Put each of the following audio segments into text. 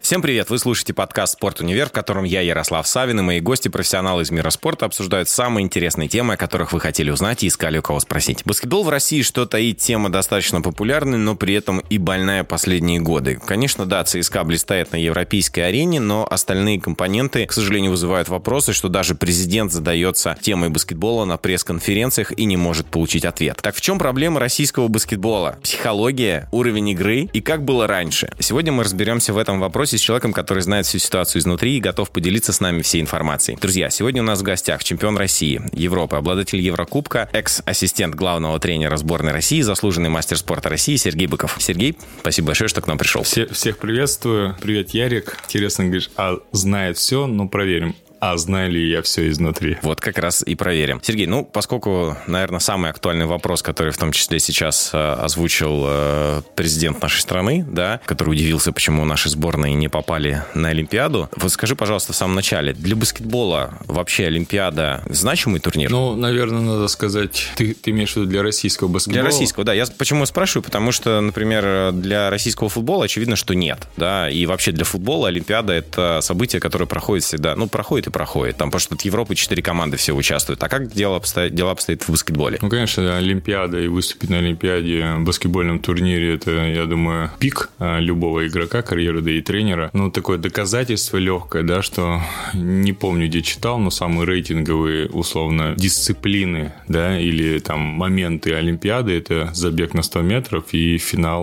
Всем привет! Вы слушаете подкаст «Спорт Универ», в котором я, Ярослав Савин, и мои гости, профессионалы из мира спорта, обсуждают самые интересные темы, о которых вы хотели узнать и искали у кого спросить. Баскетбол в России, что таит, тема достаточно популярная, но при этом и больная последние годы. Конечно, да, ЦСКА блистает на европейской арене, но остальные компоненты, к сожалению, вызывают вопросы, что даже президент задается темой баскетбола на пресс-конференциях и не может получить ответ. Так в чем проблема российского баскетбола? Психология, уровень игры и как было раньше? Сегодня мы разберемся в этом вопросе с человеком, который знает всю ситуацию изнутри и готов поделиться с нами всей информацией. Друзья, сегодня у нас в гостях чемпион России, Европы, обладатель Еврокубка, экс-ассистент главного тренера сборной России, заслуженный мастер спорта России Сергей Быков. Сергей, спасибо большое, что к нам пришел. Всех приветствую. Привет, Ярик. Интересно, говоришь, знает все, но проверим. Знаю ли я все изнутри? Вот как раз и проверим. Сергей, поскольку, наверное, самый актуальный вопрос, который в том числе сейчас озвучил президент нашей страны, да, который удивился, почему наши сборные не попали на Олимпиаду. Вот скажи, пожалуйста, в самом начале, для баскетбола вообще Олимпиада значимый турнир? Наверное, надо сказать, ты имеешь в виду для российского баскетбола? Для российского, да. Я почему спрашиваю? Потому что, например, для российского футбола очевидно, что нет, да, и вообще для футбола Олимпиада — это событие, которое проходит всегда, проходит. Там, потому что от Европы 4 команды все участвуют. А как дела обстоят в баскетболе? Конечно, Олимпиада и выступить на Олимпиаде в баскетбольном турнире — это, я думаю, пик любого игрока, карьеры, да и тренера. Такое доказательство легкое, да, что не помню, где читал, но самые рейтинговые, условно, дисциплины, да, или там моменты Олимпиады — это забег на 100 метров и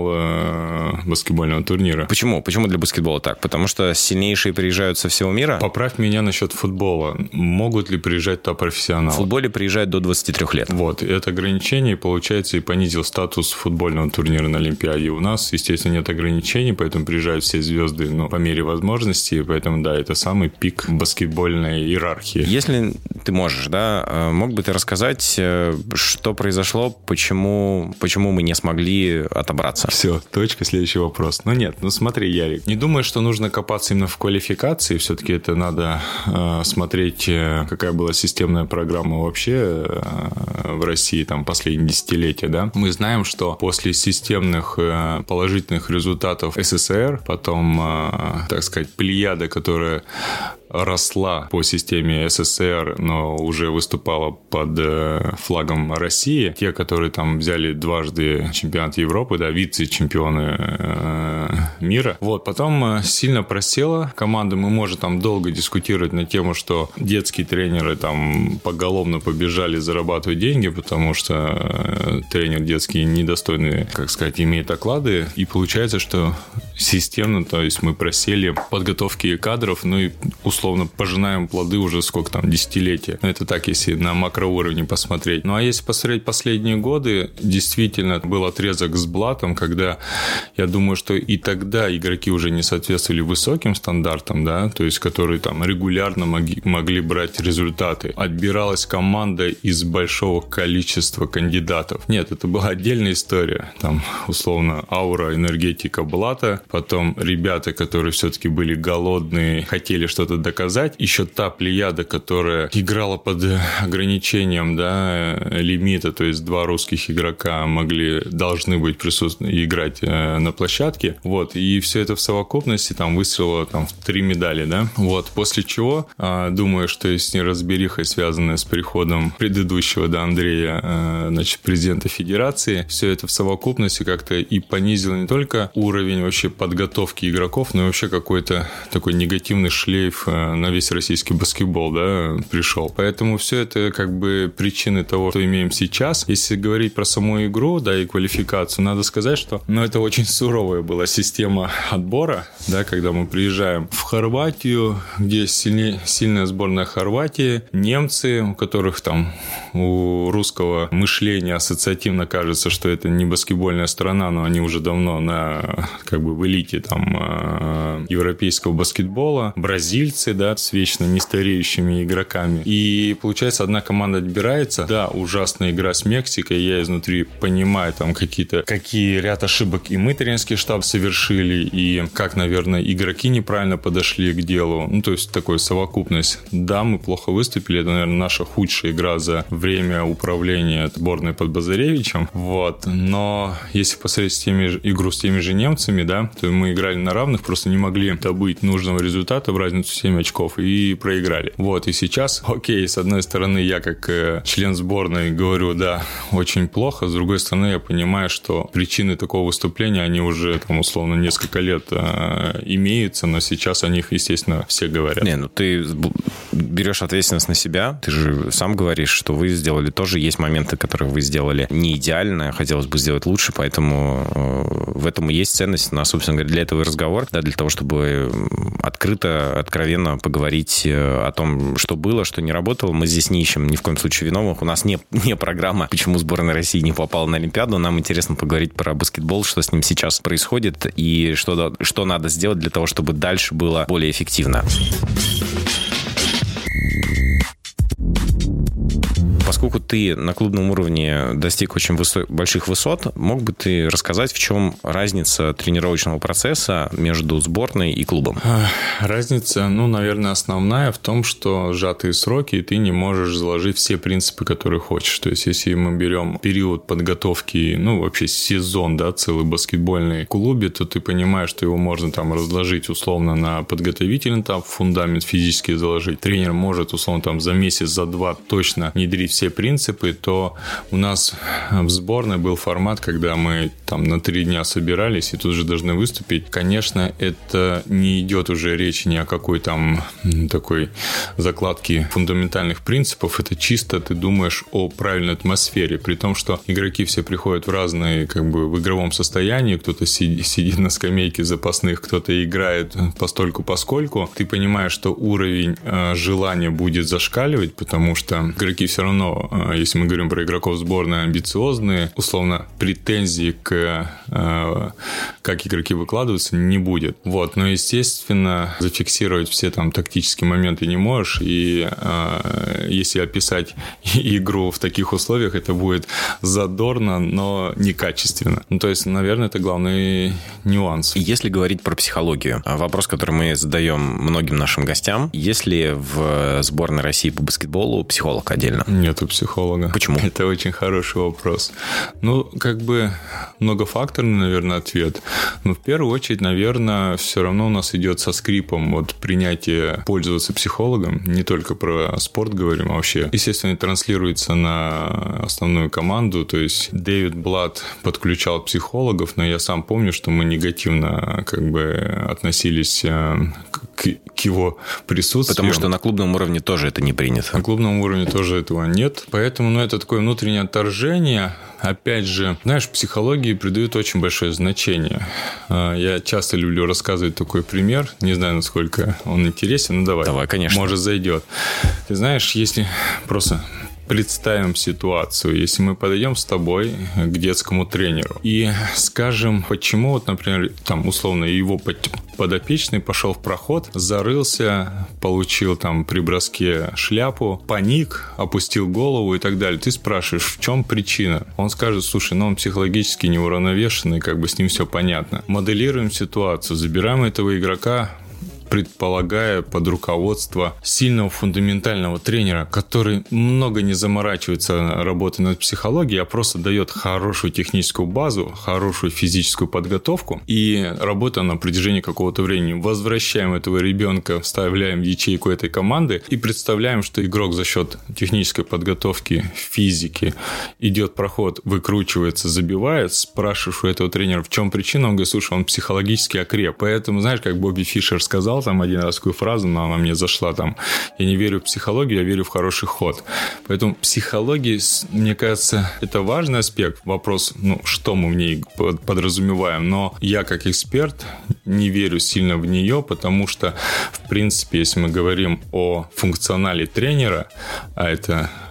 финал баскетбольного турнира. Почему? Почему для баскетбола так? Потому что сильнейшие приезжают со всего мира? Поправь меня насчет футбола. Могут ли приезжать туда профессионалы? В футболе приезжают до 23 лет. Вот. Это ограничение, получается, и понизил статус футбольного турнира на Олимпиаде. У нас, естественно, нет ограничений, поэтому приезжают все звезды, по мере возможностей. Поэтому, да, это самый пик баскетбольной иерархии. Если ты можешь, да, мог бы ты рассказать, что произошло, почему мы не смогли отобраться? Все, точка, следующий вопрос. Нет, смотри, Ярик, не думаю, что нужно копаться именно в квалификации. Все-таки это надо смотреть, какая была системная программа вообще в России там последние десятилетия, да. Мы знаем, что после системных положительных результатов СССР, потом, так сказать, плеяда, которая росла по системе СССР, но уже выступала под флагом России. Те, которые там взяли дважды чемпионат Европы, да, вице-чемпионы мира. Вот, потом сильно просела команда. Мы можем там долго дискутировать на тему, что детские тренеры там поголовно побежали зарабатывать деньги, потому что тренер детский недостойный, как сказать, имеет оклады. И получается, что системно, то есть мы просели подготовки кадров, и условно пожинаем плоды уже сколько там, десятилетия. Это так, если на макроуровне посмотреть. А если посмотреть последние годы, действительно был отрезок с блатом, когда я думаю, что и тогда игроки уже не соответствовали высоким стандартам, да, то есть которые там регулярно могли брать результаты. Отбиралась команда из большого количества кандидатов. Нет, это была отдельная история. Там, условно, аура, энергетика блата, потом ребята, которые все-таки были голодные, хотели что-то доказать. Еще та плеяда, которая играла под ограничением, да, лимита, то есть 2 русских игрока должны быть играть на площадке. Вот, и все это в совокупности там выстрелило там в 3 медали, да. Вот, после чего, думаю, что с неразберихой, связанной с приходом предыдущего, да, Андрея, значит, президента Федерации, все это в совокупности как-то и понизило не только уровень вообще подготовки игроков, но и вообще какой-то такой негативный шлейф на весь российский баскетбол, да, пришел. Поэтому все это как бы причины того, что имеем сейчас. Если говорить про саму игру, да, и квалификацию, надо сказать, что, это очень суровая была система отбора, да, когда мы приезжаем в Хорватию, где сильная сборная Хорватии, немцы, у которых там у русского мышления ассоциативно кажется, что это не баскетбольная страна, но они уже давно в элите там европейского баскетбола, бразильцы, да, с вечно нестареющими игроками. И получается, одна команда отбирается. Да, ужасная игра с Мексикой. Я изнутри понимаю там какие ряд ошибок и мы, тренерский штаб, совершили, и как, наверное, игроки неправильно подошли подошли к делу. Ну, то есть, такой совокупность. Да, мы плохо выступили. Это, наверное, наша худшая игра за время управления сборной под Базаревичем. Вот. Но если посмотреть игру с теми же немцами, да, то мы играли на равных, просто не могли добыть нужного результата в разницу 7 очков и проиграли. Вот. И сейчас, окей, с одной стороны, я как член сборной говорю, да, очень плохо. С другой стороны, я понимаю, что причины такого выступления, они уже, там, условно, несколько лет имеются, но сейчас о них, естественно, все говорят. Не, ну ты берешь ответственность на себя. Ты же сам говоришь, что вы сделали тоже. Есть моменты, которые вы сделали не идеально. Хотелось бы сделать лучше, поэтому в этом и есть ценность. У нас, собственно говоря, для этого и разговор, да, для того, чтобы открыто, откровенно поговорить о том, что было, что не работало. Мы здесь не ищем ни в коем случае виновных. У нас не программа, почему сборная России не попала на Олимпиаду. Нам интересно поговорить про баскетбол, что с ним сейчас происходит и что надо сделать для того, чтобы дальше было более эффективно. Поскольку ты на клубном уровне достиг очень больших высот, мог бы ты рассказать, в чем разница тренировочного процесса между сборной и клубом? Разница, наверное, основная в том, что сжатые сроки, и ты не можешь заложить все принципы, которые хочешь. То есть, если мы берем период подготовки, вообще сезон, да, целый баскетбольный в клубе, то ты понимаешь, что его можно там разложить условно на подготовительный этап, фундамент физически заложить. Тренер может условно там за месяц, за два точно внедрить все принципы, то у нас в сборной был формат, когда мы там на 3 дня собирались и тут же должны выступить. Конечно, это не идет уже речь ни о какой там такой закладке фундаментальных принципов. Это чисто ты думаешь о правильной атмосфере, при том, что игроки все приходят в разные, в игровом состоянии. Кто-то сидит на скамейке запасных, кто-то играет постольку-поскольку. Ты понимаешь, что уровень желания будет зашкаливать, потому что игроки все равно, если мы говорим про игроков сборной, амбициозные, условно, претензий к как игроки выкладываются не будет. Вот. Но, естественно, зафиксировать все там тактические моменты не можешь, и если описать игру в таких условиях, это будет задорно, но некачественно. То есть, наверное, это главный нюанс. Если говорить про психологию, вопрос, который мы задаем многим нашим гостям, есть ли в сборной России по баскетболу психолог отдельно? Нету психолога. Почему? Это очень хороший вопрос. Многофакторный, наверное, ответ. Но в первую очередь, наверное, все равно у нас идет со скрипом принятие пользоваться психологом. Не только про спорт говорим, а вообще. Естественно, транслируется на основную команду. То есть Дэвид Блад подключал психологов, но я сам помню, что мы негативно относились к его присутствию. Потому что на клубном уровне тоже это не принято. На клубном уровне тоже этого нет. Поэтому, это такое внутреннее отторжение. Опять же, знаешь, психологии придают очень большое значение. Я часто люблю рассказывать такой пример. Не знаю, насколько он интересен. Давай. Давай, конечно. Может, зайдет. Ты знаешь, если просто представим ситуацию, если мы подойдем с тобой к детскому тренеру и скажем, почему, например, там условно его подопечный пошел в проход, зарылся, получил там при броске шляпу, паник, опустил голову и так далее. Ты спрашиваешь, в чем причина? Он скажет, слушай, он психологически неуравновешенный, с ним все понятно. Моделируем ситуацию, забираем этого игрока, предполагая под руководство сильного фундаментального тренера, который много не заморачивается работой над психологией, а просто дает хорошую техническую базу, хорошую физическую подготовку и работа на протяжении какого-то времени. Возвращаем этого ребенка, вставляем в ячейку этой команды и представляем, что игрок за счет технической подготовки, физики идет проход, выкручивается, забивает, спрашиваешь у этого тренера, в чем причина, он говорит, слушай, он психологически окреп. Поэтому, знаешь, как Бобби Фишер сказал там один раз такую фразу, но она мне зашла там: я не верю в психологию, я верю в хороший ход. Поэтому психология, мне кажется, это важный аспект. Вопрос, что мы в ней подразумеваем. Но я как эксперт не верю сильно в нее, потому что, в принципе, если мы говорим о функционале тренера, а это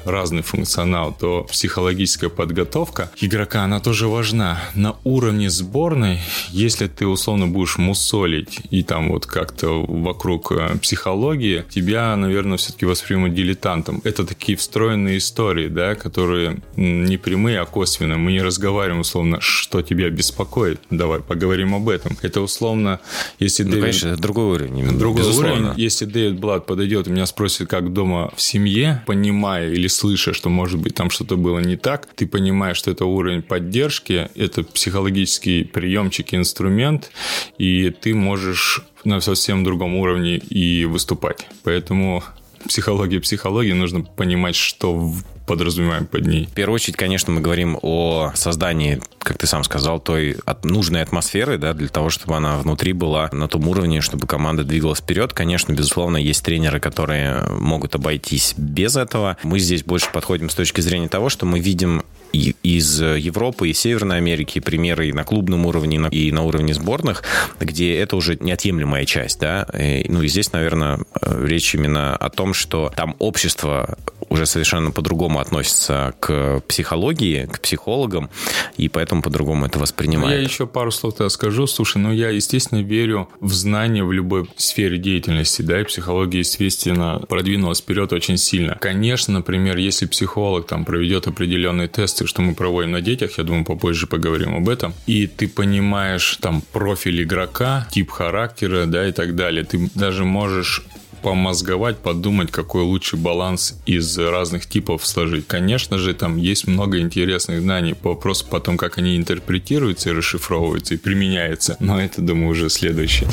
разный функционал, то психологическая подготовка игрока, она тоже важна. На уровне сборной, если ты условно будешь мусолить и там вот как-то вокруг психологии, тебя, наверное, все-таки воспримут дилетантом. Это такие встроенные истории, да, которые не прямые, а косвенные. Мы не разговариваем условно, что тебя беспокоит. Давай поговорим об этом. Это условно, если конечно, это другой уровень. Другой уровень. Если Дэвид Блад подойдет и меня спросит, как дома в семье, понимая или слыша, что, может быть, там что-то было не так, ты понимаешь, что это уровень поддержки, это психологический приемчик, инструмент, и ты можешь на совсем другом уровне и выступать. Поэтому психология, нужно понимать, что подразумеваем под ней. В первую очередь, конечно, мы говорим о создании, как ты сам сказал, той нужной атмосферы, да, для того, чтобы она внутри была на том уровне, чтобы команда двигалась вперед. Конечно, безусловно, есть тренеры, которые могут обойтись без этого. Мы здесь больше подходим с точки зрения того, что мы видим и из Европы, и Северной Америки примеры и на клубном уровне, и на уровне сборных, где это уже неотъемлемая часть, да. И здесь, наверное, речь именно о том, что там общество уже совершенно по-другому относится к психологии, к психологам, и поэтому по-другому это воспринимает. Я еще пару слов тогда скажу. Слушай, я, естественно, верю в знания в любой сфере деятельности, да, и психология, естественно, продвинулась вперед очень сильно. Конечно, например, если психолог там проведет определенные тесты, что мы проводим на детях, я думаю, попозже поговорим об этом, и ты понимаешь там профиль игрока, тип характера, да, и так далее, ты даже можешь помозговать, подумать, какой лучший баланс из разных типов сложить. Конечно же, там есть много интересных знаний по вопросу потом, как они интерпретируются и расшифровываются, и применяются. Но это, думаю, уже следующее.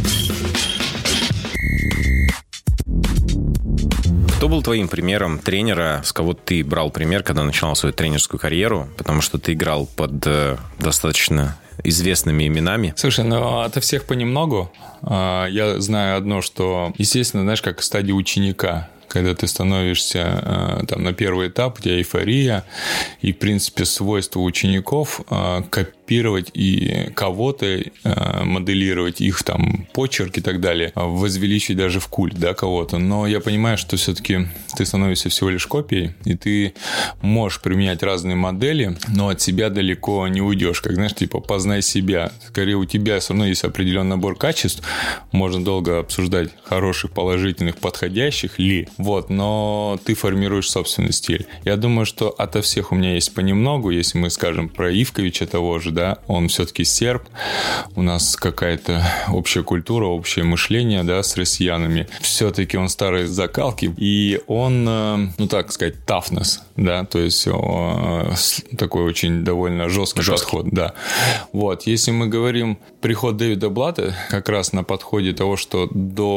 Кто был твоим примером тренера, с кого ты брал пример, когда начинал свою тренерскую карьеру? Потому что ты играл под достаточно известными именами. Слушай, ото всех понемногу. Я знаю одно, что, естественно, знаешь, как в стадии ученика, когда ты становишься там на первый этап, у тебя эйфория, и, в принципе, свойство учеников копировать и кого-то, моделировать их там почерк и так далее, возвеличить даже в культ, да, кого-то. Но я понимаю, что все-таки ты становишься всего лишь копией, и ты можешь применять разные модели, но от себя далеко не уйдешь. Как, знаешь, типа, познай себя. Скорее, у тебя все равно есть определенный набор качеств, можно долго обсуждать хороших, положительных, подходящих ли, вот, но ты формируешь собственный стиль. Я думаю, что ото всех у меня есть понемногу. Если мы скажем про Ивковича того же, да, он все-таки серб, у нас какая-то общая культура, общее мышление, да, с россиянами. Все-таки он старой закалки, и он, так сказать, toughness, да, то есть такой очень довольно жесткий подход, да. Вот, если мы говорим приход Дэвида Блада как раз на подходе того, что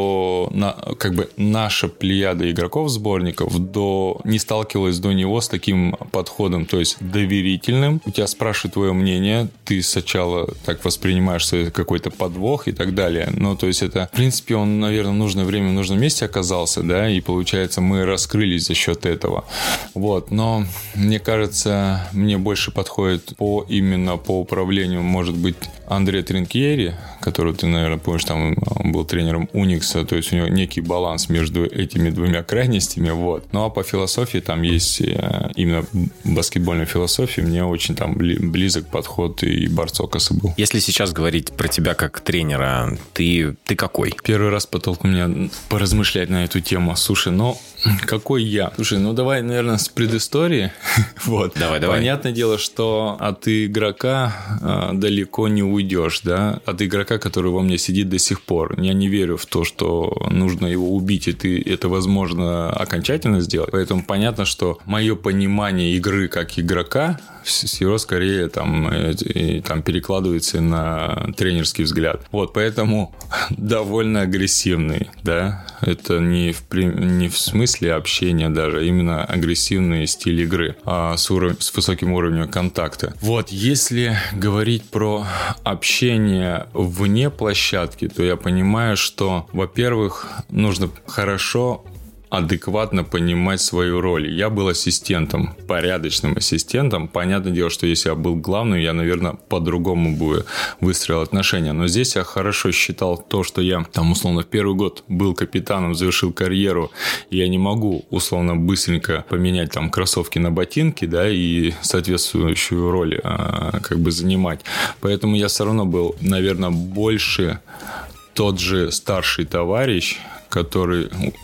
наша плеяда игроков-сборников не сталкивалась до него с таким подходом, то есть доверительным. У тебя спрашивают твое мнение, ты сначала так воспринимаешь, что это какой-то подвох и так далее. Но, то есть, это, в принципе, он, наверное, в нужное время в нужном месте оказался, да, и, получается, мы раскрылись за счет этого. Вот, но, мне кажется, мне больше подходит именно по управлению, может быть, Андре Тринкьери, которого ты, наверное, помнишь, там он был тренером Уникса, то есть у него некий баланс между этими двумя крайностями, вот. Ну, а по философии там есть именно баскетбольная философия, мне очень там близок подход и Барцокаса был. Если сейчас говорить про тебя как тренера, ты какой? Первый раз потолкнул меня поразмышлять на эту тему. Слушай, какой я? Слушай, давай, наверное, с предыстории. Вот. Давай. Понятное дело, что от игрока далеко не уйдешь, да? От игрока, который во мне сидит до сих пор. Я не верю в то, что нужно его убить, и это возможно окончательно сделать. Поэтому понятно, что мое понимание игры как игрока всего скорее там перекладывается на тренерский взгляд. Вот, поэтому довольно агрессивный, да. Это не в смысле общения даже, а именно агрессивный стиль игры с высоким уровнем контакта. Вот, если говорить про общение вне площадки, то я понимаю, что, во-первых, нужно хорошо адекватно понимать свою роль. Я был ассистентом, порядочным ассистентом. Понятное дело, что если я был главным, я, наверное, по-другому бы выстроил отношения. Но здесь я хорошо считал то, что я там, условно, в первый год был капитаном, завершил карьеру, и я не могу, условно, быстренько поменять там кроссовки на ботинки, да, и соответствующую роль как бы занимать. Поэтому я все равно был, наверное, больше тот же старший товарищ, который,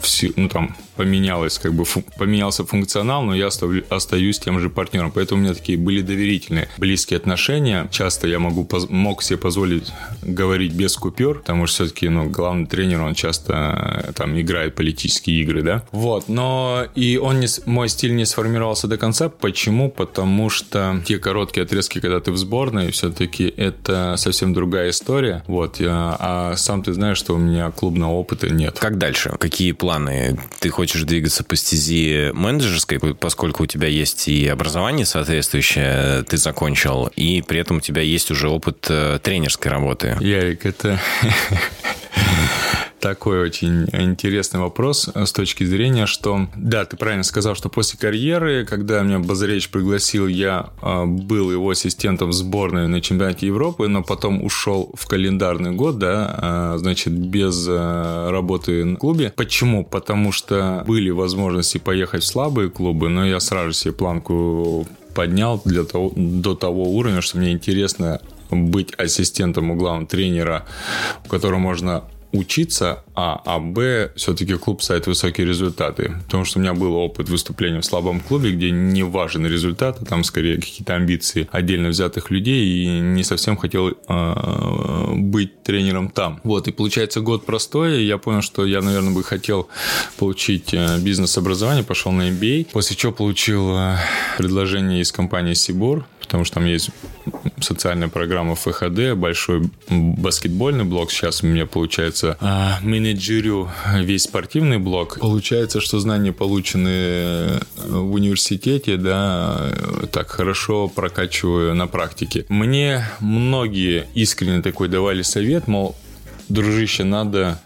поменялся функционал, но я остаюсь тем же партнером. Поэтому у меня такие были доверительные, близкие отношения. Часто я мог себе позволить говорить без купюр, потому что все-таки, главный тренер, он часто там играет политические игры, да. Вот, но и мой стиль не сформировался до конца. Почему? Потому что те короткие отрезки, когда ты в сборной, все-таки это совсем другая история. Вот, а сам ты знаешь, что у меня клубного опыта нет. Как дальше? Какие планы? Ты хочешь двигаться по стези менеджерской, поскольку у тебя есть и образование соответствующее, ты закончил, и при этом у тебя есть уже опыт тренерской работы? Ярик, это... Такой очень интересный вопрос с точки зрения, что... Да, ты правильно сказал, что после карьеры, когда меня Базаревич пригласил, я был его ассистентом в сборной на чемпионате Европы, но потом ушел в календарный год, да, значит, без работы в клубе. Почему? Потому что были возможности поехать в слабые клубы, но я сразу себе планку поднял до того уровня, что мне интересно быть ассистентом у главного тренера, у которого можно учиться, а б, все-таки клуб ставит высокие результаты. Потому что у меня был опыт выступления в слабом клубе, где не важен результат, а там скорее какие-то амбиции отдельно взятых людей, и не совсем хотел быть тренером там. Вот, и получается год простой, и я понял, что я, наверное, бы хотел получить бизнес-образование, пошел на MBA, после чего получил предложение из компании Сибур, потому что там есть социальная программа ФХД, большой баскетбольный блок. Сейчас у меня, получается, менеджерю весь спортивный блок. Получается, что знания, полученные в университете, да, так хорошо прокачиваю на практике. Мне многие искренне такой давали совет, мол, дружище, надо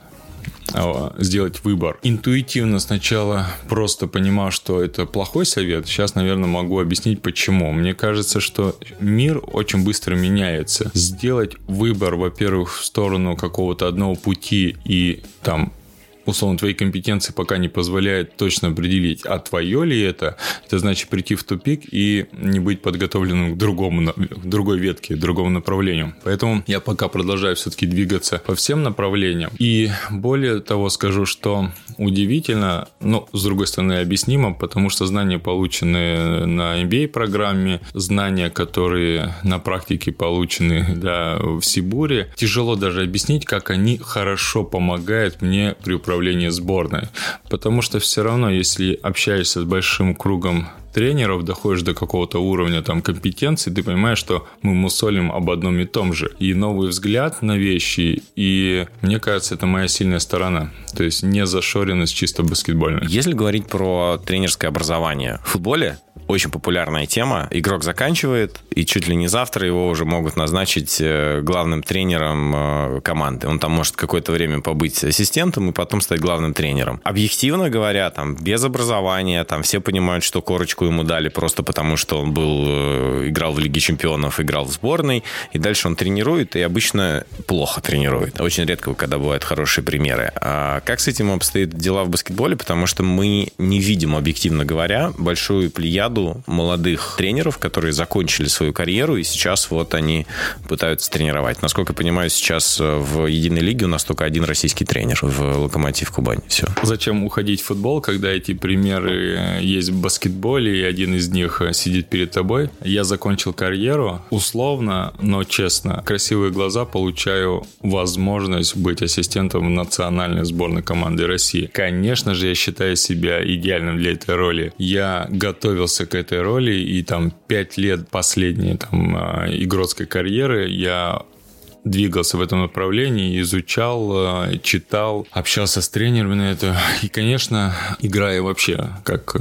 сделать выбор. Интуитивно сначала просто понимал, что это плохой совет. Сейчас, наверное, могу объяснить, почему. Мне кажется, что мир очень быстро меняется. Сделать выбор, во-первых, в сторону какого-то одного пути и там условно, твои компетенции пока не позволяют точно определить, а твое ли это значит прийти в тупик и не быть подготовленным к другой ветке, к другому направлению. Поэтому я пока продолжаю все-таки двигаться по всем направлениям. И более того скажу, что удивительно, но с другой стороны объяснимо, потому что знания, полученные на MBA-программе, знания, которые на практике получены, да, в Сибуре, тяжело даже объяснить, как они хорошо помогают мне при управлении сборной. Потому что все равно, если общаешься с большим кругом тренеров, доходишь до какого-то уровня там компетенции, ты понимаешь, что мы мусолим об одном и том же. И новый взгляд на вещи, и мне кажется, это моя сильная сторона. То есть не зашоренность чисто баскетбольная. Если говорить про тренерское образование в футболе, очень популярная тема. Игрок заканчивает, и чуть ли не завтра его уже могут назначить главным тренером команды. Он там может какое-то время побыть ассистентом и потом стать главным тренером. Объективно говоря, там, без образования, там все понимают, что корочку ему дали просто потому, что он играл в Лиге Чемпионов, играл в сборной, и дальше он тренирует, и обычно плохо тренирует. Очень редко, когда бывают хорошие примеры. А как с этим обстоят дела в баскетболе? Потому что мы не видим, объективно говоря, большую плеяду молодых тренеров, которые закончили свою карьеру, и сейчас вот они пытаются тренировать. Насколько я понимаю, сейчас в единой лиге у нас только один российский тренер в «Локомотив Кубань». Все. Зачем уходить в футбол, когда эти примеры есть в баскетболе, и один из них сидит перед тобой? Я закончил карьеру, условно, но честно. Красивые глаза, получаю возможность быть ассистентом в национальной сборной команды России. Конечно же, я считаю себя идеальным для этой роли. Я готовился к этой роли, и там 5 лет последней там игротской карьеры я двигался в этом направлении, изучал, читал, общался с тренерами на это. И, конечно, играя вообще, как,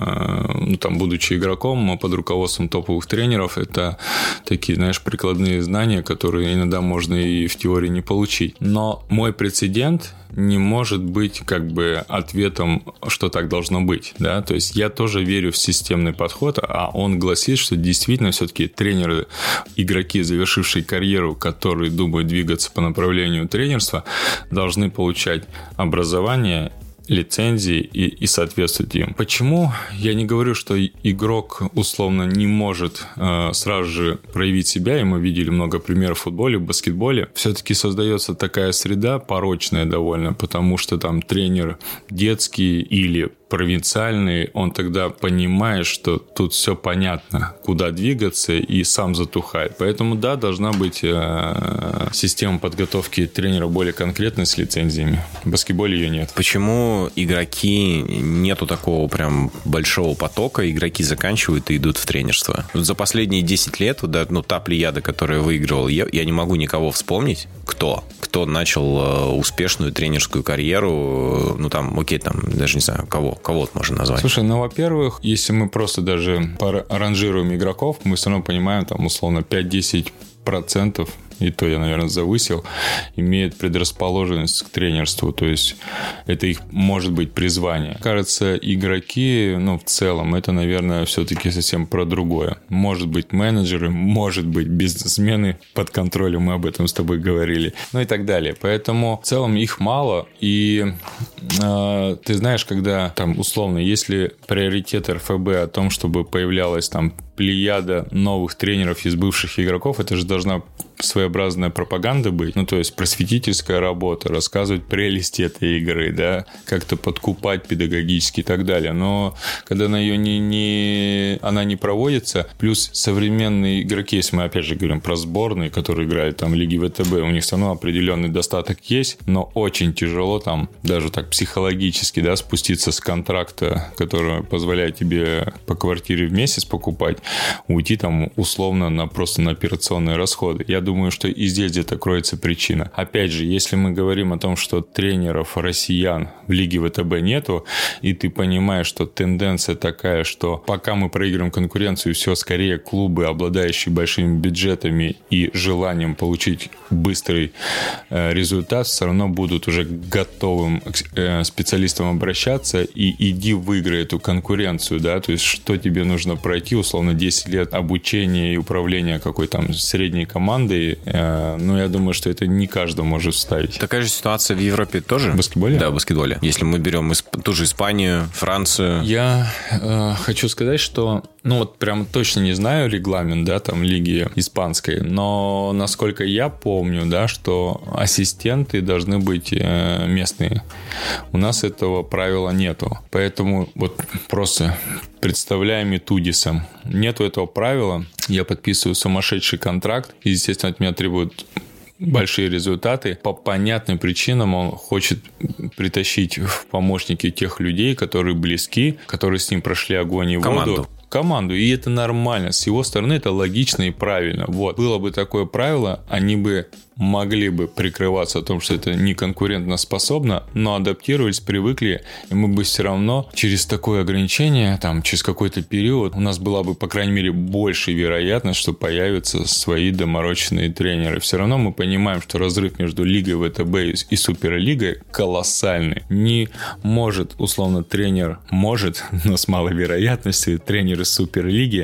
там, будучи игроком под руководством топовых тренеров, это такие, знаешь, прикладные знания, которые иногда можно и в теории не получить. Но мой прецедент не может быть как бы ответом, что так должно быть, да, то есть я тоже верю в системный подход, а он гласит, что действительно все-таки тренеры, игроки, завершившие карьеру, которые думают двигаться по направлению тренерства, должны получать образование, лицензии и соответствовать им. Почему? Я не говорю, что игрок условно не может сразу же проявить себя, и мы видели много примеров в футболе, в баскетболе. Все-таки создается такая среда порочная довольно, потому что там тренер детский или провинциальный, он тогда понимает, что тут все понятно, куда двигаться, и сам затухает. Поэтому, да, должна быть система подготовки тренера более конкретной с лицензиями. В баскетболе ее нет. Почему игроки, нету такого прям большого потока, игроки заканчивают и идут в тренерство? Вот за последние 10 лет, вот, да, та плеяда, которая выигрывала, я не могу никого вспомнить, кто начал успешную тренерскую карьеру, даже не знаю, кого можно назвать. Слушай, во-первых, если мы просто даже ранжируем игроков, мы все равно понимаем, там, условно, 5-10%, и то я, наверное, завысил, имеют предрасположенность к тренерству, то есть это их, может быть, призвание. Кажется, игроки, в целом, это, наверное, все-таки совсем про другое. Может быть, менеджеры, может быть, бизнесмены под контролем, мы об этом с тобой говорили, и так далее. Поэтому, в целом, их мало, и ты знаешь, когда, там, условно, если приоритет РФБ о том, чтобы появлялась там плеяда новых тренеров из бывших игроков, это же должна своеобразная пропаганда быть, то есть просветительская работа, рассказывать прелести этой игры, да, как-то подкупать педагогически и так далее. Но когда она не проводится, плюс современные игроки, если мы опять же говорим про сборные, которые играют там в Лиге ВТБ, у них все равно определенный достаток есть, но очень тяжело там даже так психологически, да, спуститься с контракта, который позволяет тебе по квартире в месяц покупать, уйти там условно просто на операционные расходы. Я думаю, что и здесь где-то кроется причина. Опять же, если мы говорим о том, что тренеров россиян в Лиге ВТБ нету, и ты понимаешь, что тенденция такая, что пока мы проигрываем конкуренцию, все скорее клубы, обладающие большими бюджетами и желанием получить быстрый результат, все равно будут уже готовым специалистам обращаться, и иди выиграй эту конкуренцию, да, то есть что тебе нужно пройти, условно, 10 лет обучения и управления какой-то там средней командой, я думаю, что это не каждый может вставить. Такая же ситуация в Европе тоже? В баскетболе? Да, в баскетболе. Если мы берем ту же Испанию, Францию. Я хочу сказать, что прям точно не знаю регламент, да, там, лиги испанской, но насколько я помню, да, что ассистенты должны быть местные. У нас этого правила нету. Поэтому просто представляем Итудисом. Нету этого правила. Я подписываю сумасшедший контракт. И, естественно, от меня требуют большие результаты. По понятным причинам он хочет притащить в помощники тех людей, которые близки, которые с ним прошли огонь и воду. Команду. И это нормально. С его стороны это логично и правильно. Было бы такое правило, они бы могли бы прикрываться о том, что это не конкурентно способно, но адаптировались, привыкли, и мы бы все равно через такое ограничение, там, через какой-то период, у нас была бы, по крайней мере, большая вероятность, что появятся свои доморощенные тренеры. Все равно мы понимаем, что разрыв между Лигой ВТБ и Суперлигой колоссальный. Не может, условно, тренер может, но с малой вероятностью, тренер из Суперлиги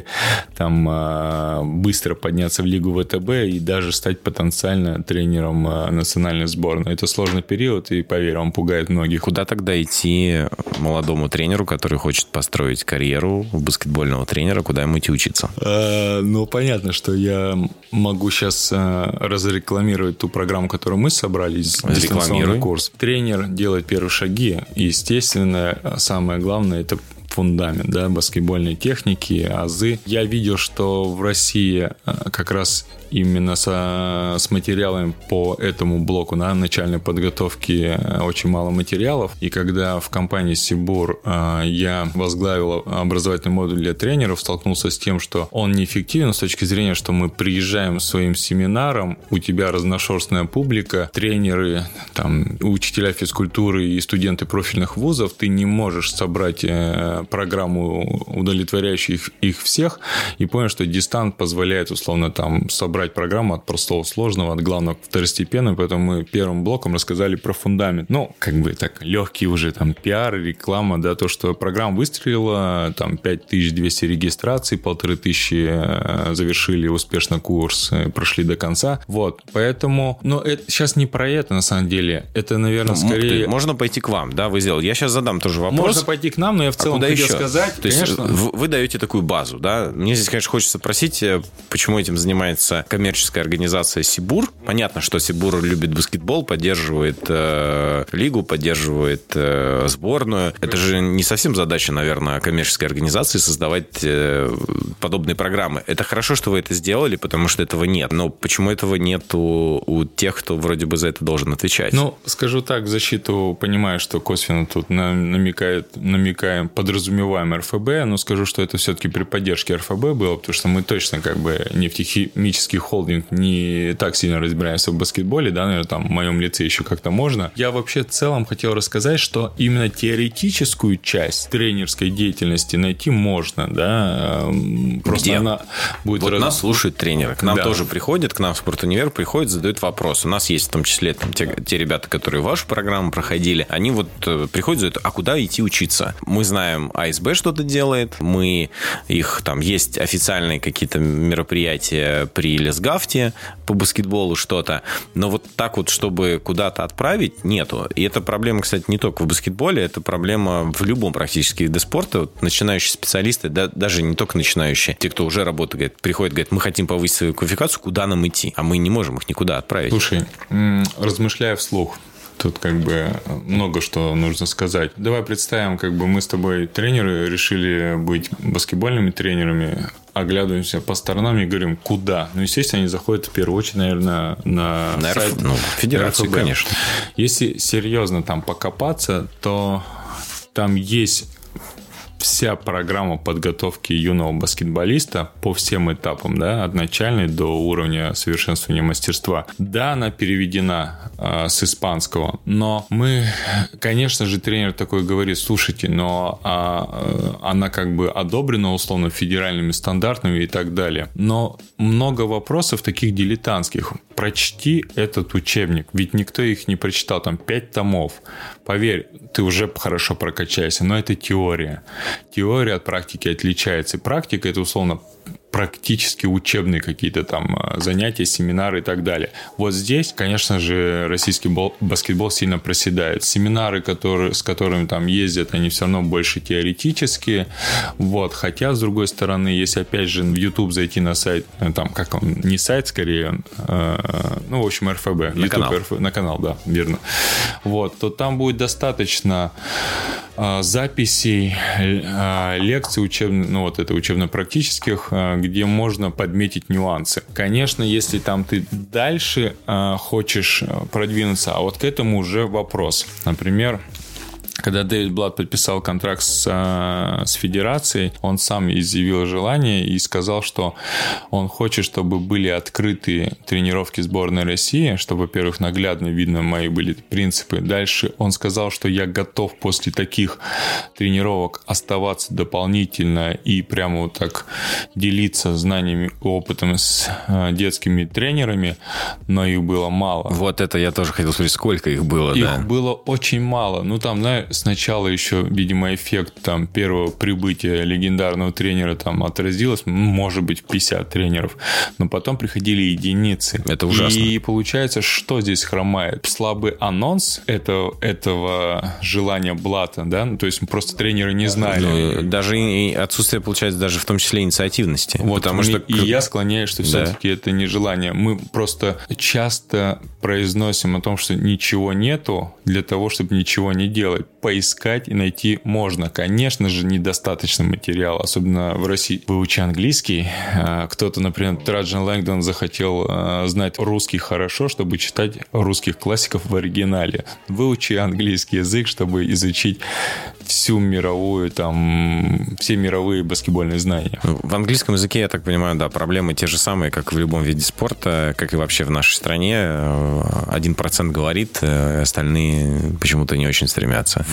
там быстро подняться в Лигу ВТБ и даже стать потенциально тренером национальной сборной. Это сложный период, и, поверь, он пугает многих. Куда тогда идти молодому тренеру, который хочет построить карьеру баскетбольного тренера, куда ему идти учиться? Понятно, что я могу сейчас разрекламировать ту программу, которую мы собрали, дистанционный курс. Тренер делает первые шаги, и, естественно, самое главное – это фундамент, да, баскетбольной техники, азы. Я видел, что в России как раз именно с материалами по этому блоку начальной подготовки очень мало материалов. И когда в компании Сибур я возглавил образовательный модуль для тренеров, столкнулся с тем, что он неэффективен с точки зрения, что мы приезжаем своим семинаром, у тебя разношерстная публика, тренеры, там, учителя физкультуры и студенты профильных вузов, ты не можешь собрать программу, удовлетворяющую их всех, и понял, что дистант позволяет условно там собрать разбирать программу от простого к сложного, от главного к второстепенному, поэтому мы первым блоком рассказали про фундамент. Ну, как бы так, легкий уже там пиар, реклама, да, то, что программа выстрелила, там 5200 регистраций, 1500 завершили успешно курс, прошли до конца. Вот, поэтому, но это сейчас не про это, на самом деле. Это, наверное, скорее... Можно пойти к вам, да, вы сделали. Я сейчас задам тоже вопрос. Можно пойти к нам, но я в целом хотел сказать, то есть вы даете такую базу, да? Мне здесь, конечно, хочется спросить, почему этим занимается коммерческая организация Сибур. Понятно, что Сибур любит баскетбол, поддерживает лигу, поддерживает сборную. Это же не совсем задача, наверное, коммерческой организации создавать подобные программы. Это хорошо, что вы это сделали, потому что этого нет. Но почему этого нет у тех, кто вроде бы за это должен отвечать? Ну, скажу так, в защиту понимаю, что косвенно тут намекаем, подразумеваем РФБ, но скажу, что это все-таки при поддержке РФБ было, потому что мы точно как бы нефтехимический холдинг не так сильно разбираемся в баскетболе, да, наверное, там в моем лице еще как-то можно. Я вообще в целом хотел рассказать, что именно теоретическую часть тренерской деятельности найти можно, да. Просто где? Она будет... Вот нас слушают тренеры, к нам тоже приходят, к нам в Спортунивер приходят, задают вопрос. У нас есть в том числе там, те ребята, которые вашу программу проходили, они вот приходят, задают, а куда идти учиться? Мы знаем, АСБ что-то делает, мы их там, есть официальные какие-то мероприятия при Лесгафте по баскетболу что-то, но вот так вот, чтобы куда-то отправить, нету. И эта проблема, кстати, не только в баскетболе, это проблема в любом практически виде спорта. Вот начинающие специалисты, да, даже не только начинающие, те, кто уже работает, приходят, говорят, мы хотим повысить свою квалификацию, куда нам идти? А мы не можем их никуда отправить. Слушай, размышляя вслух, тут как бы много что нужно сказать. Давай представим, как бы мы с тобой тренеры решили быть баскетбольными тренерами, оглядываемся по сторонам и говорим, куда? Ну, естественно, они заходят в первую очередь, наверное, на сайт федерации, конечно. Если серьезно там покопаться, то там есть вся программа подготовки юного баскетболиста по всем этапам, да, от начальной до уровня совершенствования мастерства. Да, она переведена с испанского, но мы, конечно же, тренер такой говорит, слушайте, но она как бы одобрена условно федеральными стандартами и так далее. Но много вопросов таких дилетантских. Прочти этот учебник, ведь никто их не прочитал, там 5 томов. Поверь, ты уже хорошо прокачаешься, но это теория. Теория от практики отличается. И практика – это, условно, практически учебные какие-то там занятия, семинары и так далее. Вот здесь, конечно же, российский баскетбол сильно проседает. Семинары, с которыми там ездят, они все равно больше теоретические. Вот. Хотя, с другой стороны, если опять же в YouTube зайти на сайт, там, как он, не сайт скорее, ну, в общем, РФБ. На канал, да, верно. Вот. То там будет достаточно записей, лекций учебных, ну, вот это учебно-практических, где можно подметить нюансы. Конечно, если там ты дальше хочешь продвинуться, а вот к этому уже вопрос. Например, когда Дэвид Блад подписал контракт с федерацией, он сам изъявил желание и сказал, что он хочет, чтобы были открыты тренировки сборной России, чтобы, во-первых, наглядно видно мои были принципы. Дальше он сказал, что я готов после таких тренировок оставаться дополнительно и прямо вот так делиться знаниями и опытом с детскими тренерами, но их было мало. Вот это я тоже хотел спросить, сколько их было, Их было очень мало. Ну, там, знаешь, сначала еще, видимо, эффект там первого прибытия легендарного тренера там отразилось, может быть, 50 тренеров, но потом приходили единицы. Это ужасно. И получается, что здесь хромает? Слабый анонс этого желания Блата, да? Ну, то есть просто тренеры не знали. Ну, даже и отсутствие, получается, даже в том числе инициативности. Вот, потому что... И я склоняюсь, что все-таки это не желание. Мы просто часто произносим о том, что ничего нету для того, чтобы ничего не делать. Поискать и найти можно. Конечно же, недостаточно материала, особенно в России. Выучи английский. Кто-то, например, Траджан Лэнгдон захотел знать русский хорошо, чтобы читать русских классиков в оригинале. Выучи английский язык, чтобы изучить всю мировую, там, все мировые баскетбольные знания. В английском языке, я так понимаю, да, проблемы те же самые, как и в любом виде спорта, как и вообще в нашей стране. 1% говорит, остальные почему-то не очень стремятся.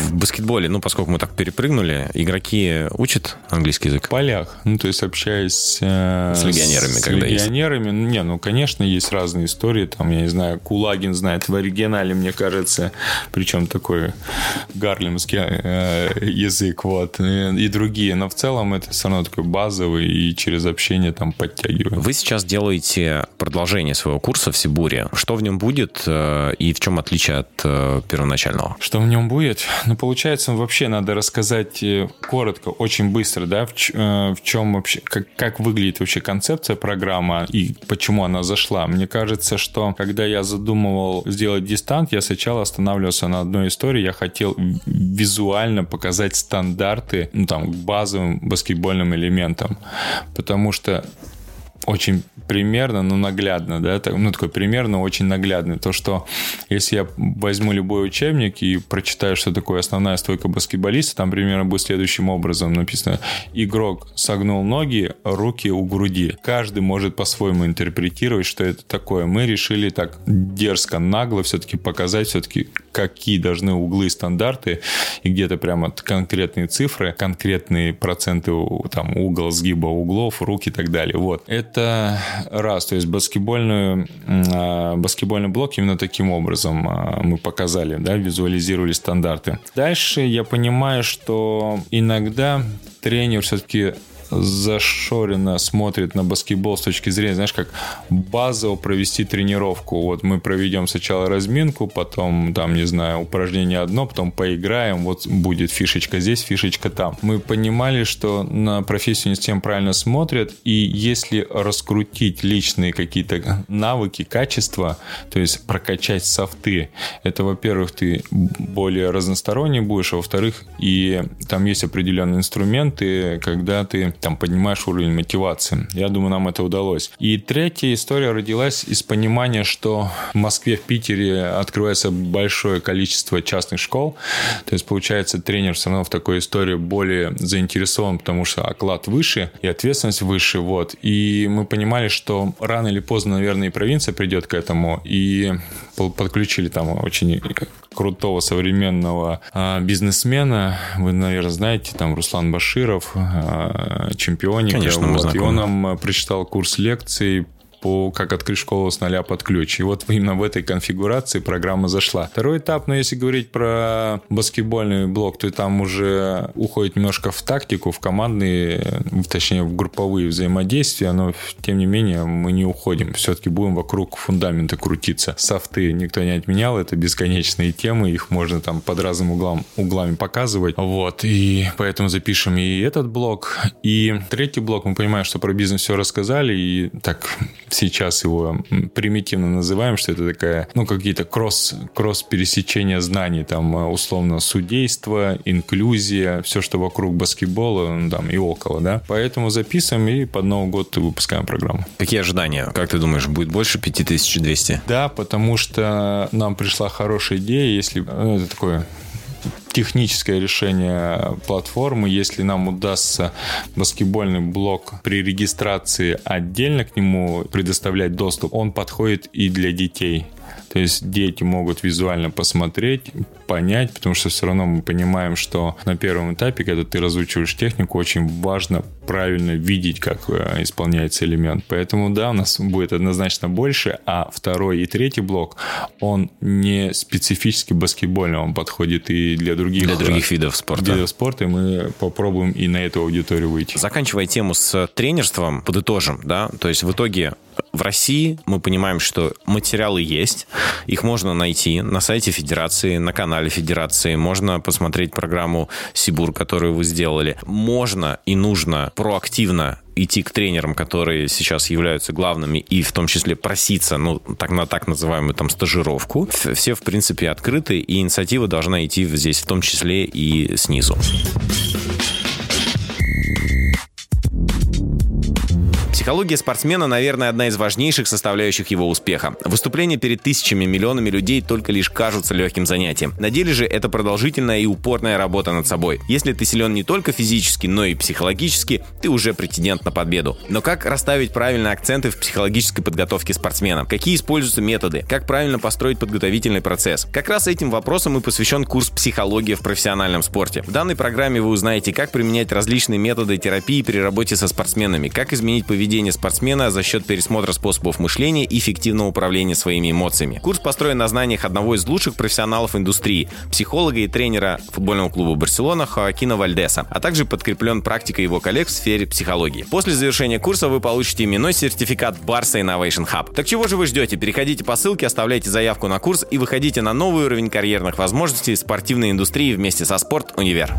В баскетболе, поскольку мы так перепрыгнули, игроки учат английский язык? В полях. То есть, общаясь с легионерами, конечно, есть разные истории. Там, я не знаю, Кулагин знает в оригинале, мне кажется, причем такой гарлемский язык, и другие. Но в целом это все равно такой базовый, и через общение там подтягиваем. Вы сейчас делаете продолжение своего курса в Сибуре. Что в нем будет и в чем отличие от первоначального? Что в нем будет? Получается, вообще надо рассказать коротко, очень быстро, да, в чем вообще, как выглядит вообще концепция программы и почему она зашла. Мне кажется, что когда я задумывал сделать дистант, я сначала останавливался на одной истории. Я хотел визуально показать стандарты, к базовым баскетбольным элементам, потому что очень примерно, но наглядно, да, такой примерно, очень наглядный. То, что если я возьму любой учебник и прочитаю, что такое основная стойка баскетболиста, там примерно будет следующим образом написано: игрок согнул ноги, руки у груди. Каждый может по-своему интерпретировать, что это такое. Мы решили так дерзко, нагло все-таки показать, все-таки какие должны углы, стандарты, и где-то прямо конкретные цифры, конкретные проценты, там, угол, сгиба углов, рук и так далее. Вот. Это раз. То есть баскетбольный блок именно таким образом мы показали, да, визуализировали стандарты. Дальше я понимаю, что иногда тренер все-таки зашоренно смотрит на баскетбол с точки зрения, знаешь, как базово провести тренировку. Вот мы проведем сначала разминку, потом, там, не знаю, упражнение одно, потом поиграем, вот будет фишечка здесь, фишечка там. Мы понимали, что на профессию не совсем правильно смотрят, и если раскрутить личные какие-то навыки, качества, то есть прокачать софты, это, во-первых, ты более разносторонний будешь, а во-вторых, и там есть определенные инструменты, когда ты там поднимаешь уровень мотивации. Я думаю, нам это удалось. И третья история родилась из понимания, что в Москве, в Питере открывается большое количество частных школ. То есть, получается, тренер все равно в такой истории более заинтересован, потому что оклад выше и ответственность выше. Вот. И мы понимали, что рано или поздно, наверное, и провинция придет к этому. И подключили там очень крутого современного бизнесмена. Вы, наверное, знаете, там Руслан Баширов, чемпионик. Конечно, мы знакомы. И он нам прочитал курс лекций по «Как открыть школу с нуля под ключ». И вот именно в этой конфигурации программа зашла. Второй этап, если говорить про баскетбольный блок, то там уже уходит немножко в тактику, в командные, точнее, в групповые взаимодействия, но, тем не менее, мы не уходим. Все-таки будем вокруг фундамента крутиться. Софты никто не отменял, это бесконечные темы, их можно там под разным углами показывать. Вот, и поэтому запишем и этот блок. И третий блок, мы понимаем, что про бизнес все рассказали, и так сейчас его примитивно называем, что это такая, какие-то кросс-пересечения знаний, там, условно, судейство, инклюзия, все, что вокруг баскетбола, там, и около, да. Поэтому записываем и под Новый год выпускаем программу. Какие ожидания? Как ты думаешь, будет больше 5200? Да, потому что нам пришла хорошая идея, если... это такое... техническое решение платформы. Если нам удастся баскетбольный блок при регистрации отдельно к нему предоставлять доступ, он подходит и для детей. То есть дети могут визуально посмотреть, понять, потому что все равно мы понимаем, что на первом этапе, когда ты разучиваешь технику, очень важно правильно видеть, как исполняется элемент. Поэтому, да, у нас будет однозначно больше, а второй и третий блок, он не специфически баскетбольный, он подходит и для других видов спорта. И мы попробуем и на эту аудиторию выйти. Заканчивая тему с тренерством, подытожим, да, то есть в итоге в России мы понимаем, что материалы есть, их можно найти на сайте Федерации, на канале Федерации, можно посмотреть программу «Сибур», которую вы сделали. Можно и нужно проактивно идти к тренерам, которые сейчас являются главными, и в том числе проситься, на так называемую там стажировку. Все, в принципе, открыты, и инициатива должна идти здесь в том числе и снизу. Психология спортсмена, наверное, одна из важнейших составляющих его успеха. Выступления перед тысячами, миллионами людей только лишь кажутся легким занятием. На деле же это продолжительная и упорная работа над собой. Если ты силен не только физически, но и психологически, ты уже претендент на победу. Но как расставить правильно акценты в психологической подготовке спортсмена? Какие используются методы? Как правильно построить подготовительный процесс? Как раз этим вопросам и посвящен курс «Психология в профессиональном спорте». В данной программе вы узнаете, как применять различные методы терапии при работе со спортсменами, как изменить поведение спортсмена за счет пересмотра способов мышления и эффективного управления своими эмоциями. Курс построен на знаниях одного из лучших профессионалов индустрии, психолога и тренера футбольного клуба «Барселона» Хоакина Вальдеса, а также подкреплен практикой его коллег в сфере психологии. После завершения курса вы получите именной сертификат Barça Innovation Hub. Так чего же вы ждете? Переходите по ссылке, оставляйте заявку на курс и выходите на новый уровень карьерных возможностей спортивной индустрии вместе со Спорт Универ.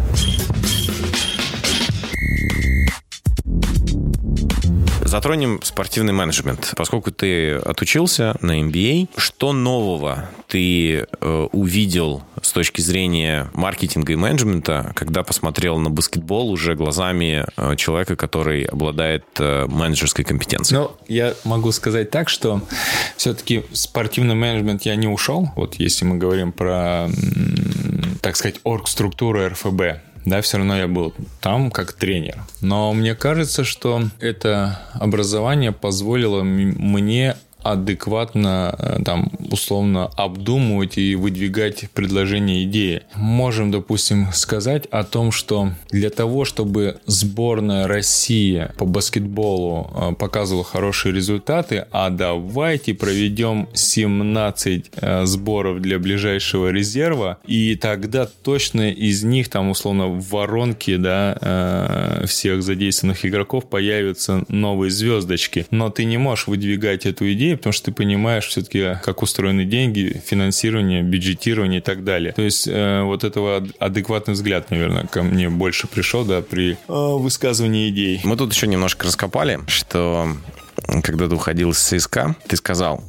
Затронем спортивный менеджмент. Поскольку ты отучился на MBA, что нового ты увидел с точки зрения маркетинга и менеджмента, когда посмотрел на баскетбол уже глазами человека, который обладает менеджерской компетенцией? Ну, я могу сказать так, что все-таки в спортивный менеджмент я не ушел. Вот если мы говорим про, так сказать, оргструктуру РФБ. Да, все равно я был там как тренер. Но мне кажется, что это образование позволило мне адекватно, там, условно обдумывать и выдвигать предложения, идеи. Можем, допустим, сказать о том, что для того, чтобы сборная России по баскетболу показывала хорошие результаты, а давайте проведем 17 сборов для ближайшего резерва, и тогда точно из них, там, условно, в воронке, да, всех задействованных игроков появятся новые звездочки. Но ты не можешь выдвигать эту идею, потому что ты понимаешь все-таки, как устроены деньги, финансирование, бюджетирование и так далее. То есть вот этого адекватный взгляд, наверное, ко мне больше пришел, да, при высказывании идей. Мы тут еще немножко раскопали, что когда ты уходил из ЦСКА, ты сказал,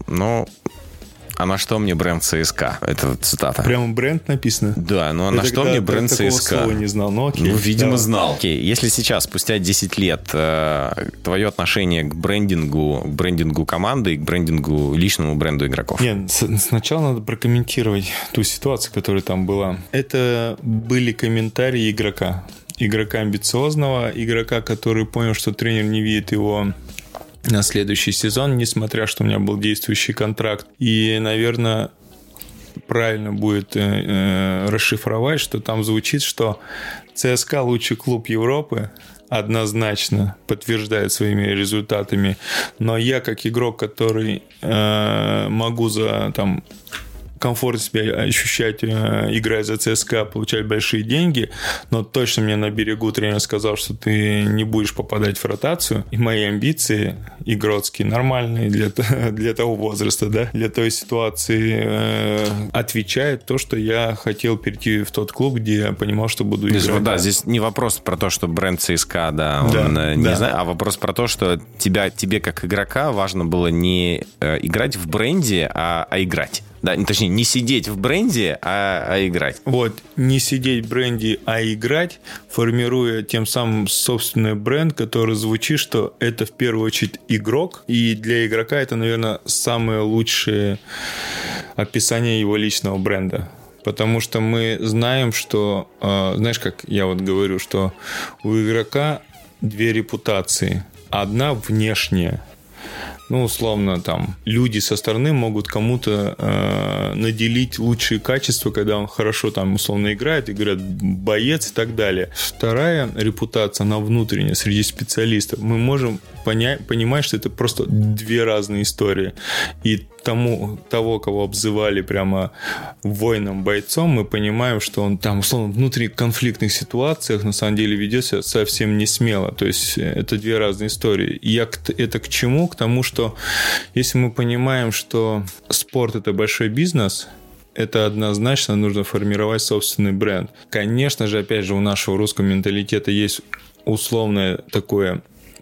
а на что мне бренд ЦСКА? Это цитата. Прямо бренд написано? Да, ну а на что мне бренд ЦСКА? Слова не знал, но окей. Ну, видимо, знал. Окей, если сейчас, спустя 10 лет, твое отношение к брендингу команды и к брендингу, личному бренду игроков? Нет, сначала надо прокомментировать ту ситуацию, которая там была. Это были комментарии игрока. Игрока амбициозного, игрока, который понял, что тренер не видит его на следующий сезон, несмотря что у меня был действующий контракт. И, наверное, правильно будет расшифровать, что там звучит, что ЦСКА лучший клуб Европы, однозначно подтверждает своими результатами. Но я, как игрок, который могу комфортно себя ощущать, играя за ЦСКА, получать большие деньги, но точно мне на берегу тренер сказал, что ты не будешь попадать в ротацию, и мои амбиции игротские нормальные для того возраста, да, для той ситуации отвечает то, что я хотел перейти в тот клуб, где я понимал, что буду играть. Да, здесь не вопрос про то, что бренд ЦСКА, не знаю, а вопрос про то, что тебе как игрока важно было не играть в бренде, а играть. Да, точнее, не сидеть в бренде, а играть. Вот, не сидеть в бренде, а играть, формируя тем самым собственный бренд, который звучит, что это в первую очередь игрок. И для игрока это, наверное, самое лучшее описание его личного бренда. Потому что мы знаем, что, знаешь, как я вот говорю, что у игрока две репутации. Одна внешняя. Условно, там, люди со стороны могут кому-то наделить лучшие качества, когда он хорошо, там, условно играет, и говорят, боец и так далее. Вторая репутация, она внутренняя, среди специалистов. Мы можем понимать, что это просто две разные истории. И того, кого обзывали прямо воином-бойцом, мы понимаем, что он там, условно, в внутренних конфликтных ситуациях на самом деле ведет себя совсем не смело. То есть это две разные истории. И это к чему? К тому, что если мы понимаем, что спорт – это большой бизнес, это однозначно нужно формировать собственный бренд. Конечно же, опять же, у нашего русского менталитета есть условное такое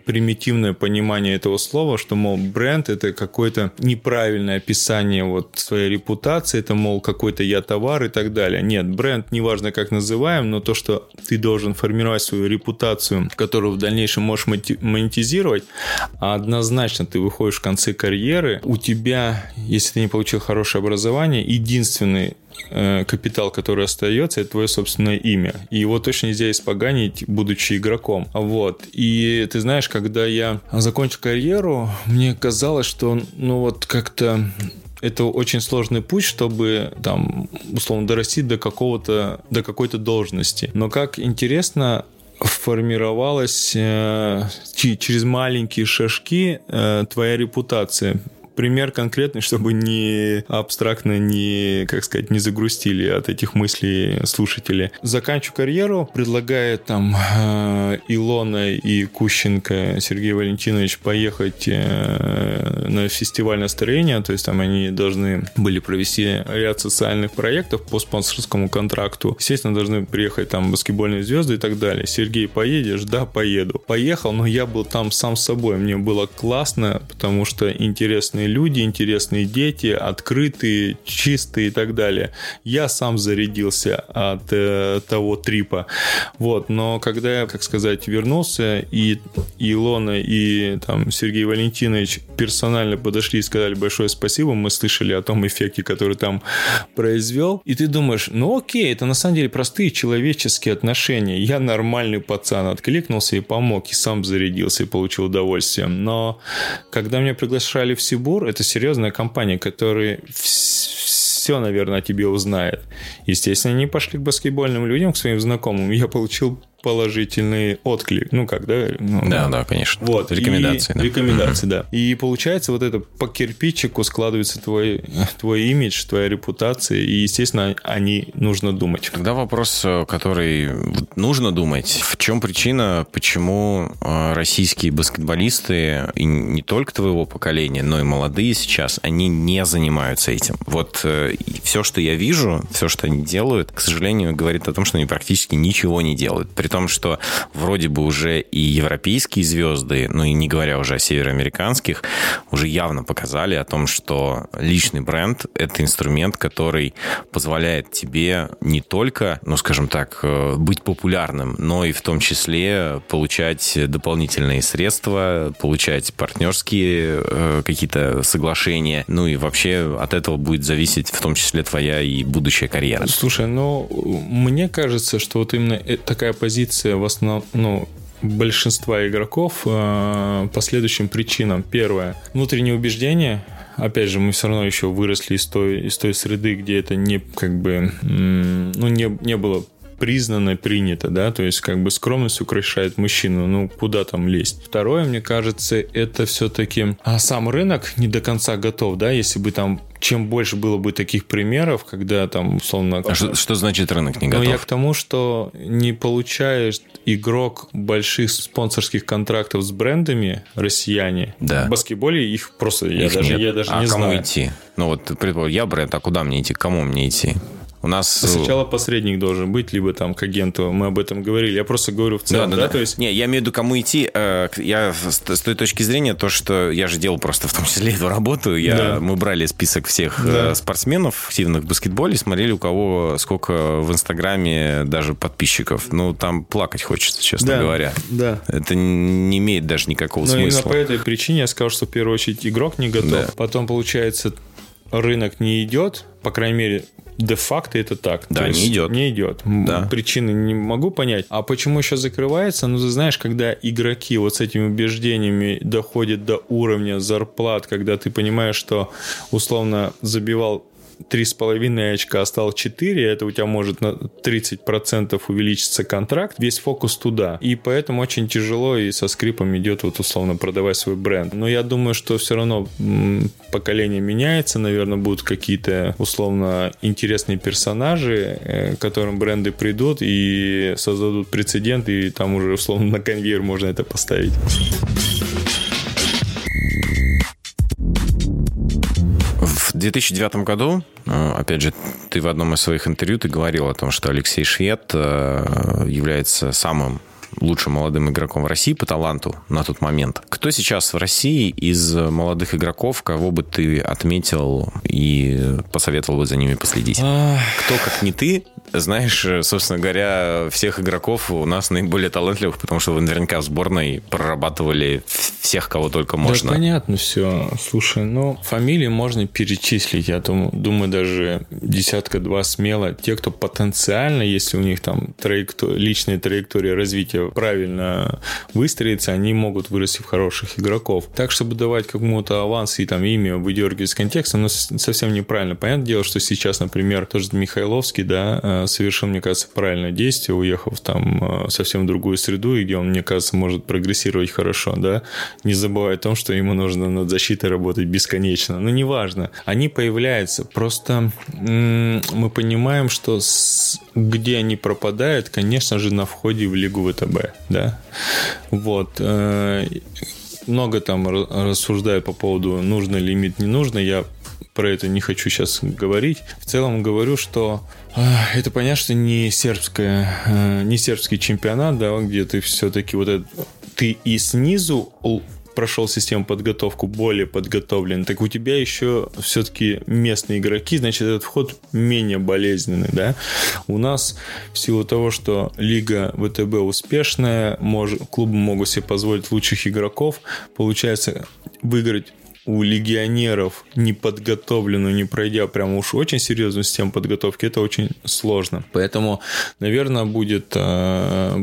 примитивное понимание этого слова, что, мол, бренд – это какое-то неправильное описание вот своей репутации, это, мол, какой-то я товар и так далее. Нет, бренд, неважно как называем, но то, что ты должен формировать свою репутацию, которую в дальнейшем можешь монетизировать, а однозначно ты выходишь в конце карьеры, у тебя, если ты не получил хорошее образование, единственный капитал, который остается, это твое собственное имя. И его точно нельзя испоганить, будучи игроком. Вот. И ты знаешь, когда я закончил карьеру, мне казалось, что, ну вот как-то это очень сложный путь, чтобы там, условно, дорасти до какой-то должности. Но как интересно, формировалась через маленькие шажки твоя репутация. Пример конкретный, чтобы не абстрактно, не загрустили от этих мыслей слушатели. Заканчиваю карьеру, предлагает там Илона и Кущенко Сергей Валентинович поехать на фестиваль настроения, то есть там они должны были провести ряд социальных проектов по спонсорскому контракту. Естественно, должны приехать там баскетбольные звезды и так далее. Сергей, поедешь? Да, поеду. Поехал, но я был там сам с собой. Мне было классно, потому что интересные люди, интересные дети, открытые, чистые и так далее. Я сам зарядился от того трипа. Вот. Но когда я, вернулся, и Илона, и там Сергей Валентинович персонально подошли и сказали большое спасибо, мы слышали о том эффекте, который там произвел, и ты думаешь, ну окей, это на самом деле простые человеческие отношения. Я нормальный пацан, откликнулся и помог, и сам зарядился, и получил удовольствие. Но когда меня приглашали в Сибур, это серьезная компания, которая все, наверное, о тебе узнает. Естественно, они пошли к баскетбольным людям, к своим знакомым. Я получил положительный отклик. Да, конечно. Вот. Рекомендации. Рекомендации, да. И получается, вот это по кирпичику складывается твой имидж, твоя репутация, и, естественно, о ней нужно думать. Тогда вопрос, который нужно думать. В чем причина, почему российские баскетболисты, и не только твоего поколения, но и молодые сейчас, они не занимаются этим? Вот все, что я вижу, все, что они делают, к сожалению, говорит о том, что они практически ничего не делают. При том, что вроде бы уже и европейские звезды, ну и не говоря уже о североамериканских, уже явно показали о том, что личный бренд – это инструмент, который позволяет тебе не только, быть популярным, но и в том числе получать дополнительные средства, получать партнерские какие-то соглашения, ну и вообще от этого будет зависеть в том числе твоя и будущая карьера. Слушай, мне кажется, что вот именно такая позиция в основном, большинства игроков по следующим причинам. Первое. Внутреннее убеждение. Опять же, мы все равно еще выросли из той среды, где это не было признано, принято, да, то есть скромность украшает мужчину, куда там лезть. Второе, мне кажется, это все-таки сам рынок не до конца готов, да, если бы там чем больше было бы таких примеров, когда там, условно... А что значит рынок не готов? Я к тому, что не получаешь игрок больших спонсорских контрактов с брендами россияне. Да. В баскетболе их просто... Я даже не знаю. А кому идти? Предположим, я бренд, а куда мне идти? К кому мне идти? У нас... Сначала посредник должен быть, либо там к агенту. Мы об этом говорили. Я просто говорю в целом. Да. То есть... Не, я имею в виду, кому идти. Я с той точки зрения, то, что я же делал просто в том числе эту работу. Мы брали список всех спортсменов активных в баскетболе, смотрели, у кого сколько в Инстаграме даже подписчиков. Там плакать хочется, честно говоря. Да. Это не имеет даже никакого смысла. Именно по этой причине я сказал, что в первую очередь игрок не готов. Да. Потом, получается, рынок не идет. По крайней мере, де-факто это так. Да, не идет. Не идет. Да. Причины не могу понять. А почему еще закрывается? Ты знаешь, когда игроки вот с этими убеждениями доходят до уровня зарплат, когда ты понимаешь, что условно забивал 3,5 очка, стал 4, это у тебя может на 30% увеличиться контракт, весь фокус туда. И поэтому очень тяжело и со скрипом идет условно продавать свой бренд. Но я думаю, что все равно поколение меняется, наверное, будут какие-то условно интересные персонажи, к которым бренды придут и создадут прецедент, и там уже условно на конвейер можно это поставить. В 2009 году, опять же, ты в одном из своих интервью ты говорил о том, что Алексей Швед является самым лучшим молодым игроком в России по таланту на тот момент. Кто сейчас в России из молодых игроков, кого бы ты отметил и посоветовал бы за ними последить? Кто, как не ты, знаешь, собственно говоря, всех игроков у нас наиболее талантливых, потому что вы наверняка в сборной прорабатывали всех, кого только можно. Да, понятно все. Слушай, фамилии можно перечислить. Я думаю, даже десятка-два смело. Те, кто потенциально, если у них там личная траектория развития правильно выстроится, они могут вырасти в хороших игроков. Так, чтобы давать какому-то аванс и там имя выдергивать из контекста, но совсем неправильно. Понятное дело, что сейчас, например, тоже Михайловский, да, совершил, мне кажется, правильное действие, уехав там совсем в другую среду, и где он, мне кажется, может прогрессировать хорошо, да, не забывая о том, что ему нужно над защитой работать бесконечно. Но неважно. Они появляются. Просто мы понимаем, что где они пропадают, конечно же, на входе в Лигу ВТБ, да. Вот. Много там рассуждают по поводу, нужно лимит, не нужно. Я про это не хочу сейчас говорить. В целом говорю, что это понятно, что не сербский чемпионат, да, где ты все-таки ты и снизу прошел систему подготовку, более подготовлен, так у тебя еще все-таки местные игроки, значит, этот вход менее болезненный, да. У нас в силу того, что Лига ВТБ успешная, клубы могут себе позволить лучших игроков, получается выиграть у легионеров, не подготовленную, не пройдя прямо уж очень серьезную систему подготовки, это очень сложно. Поэтому, наверное, будет такая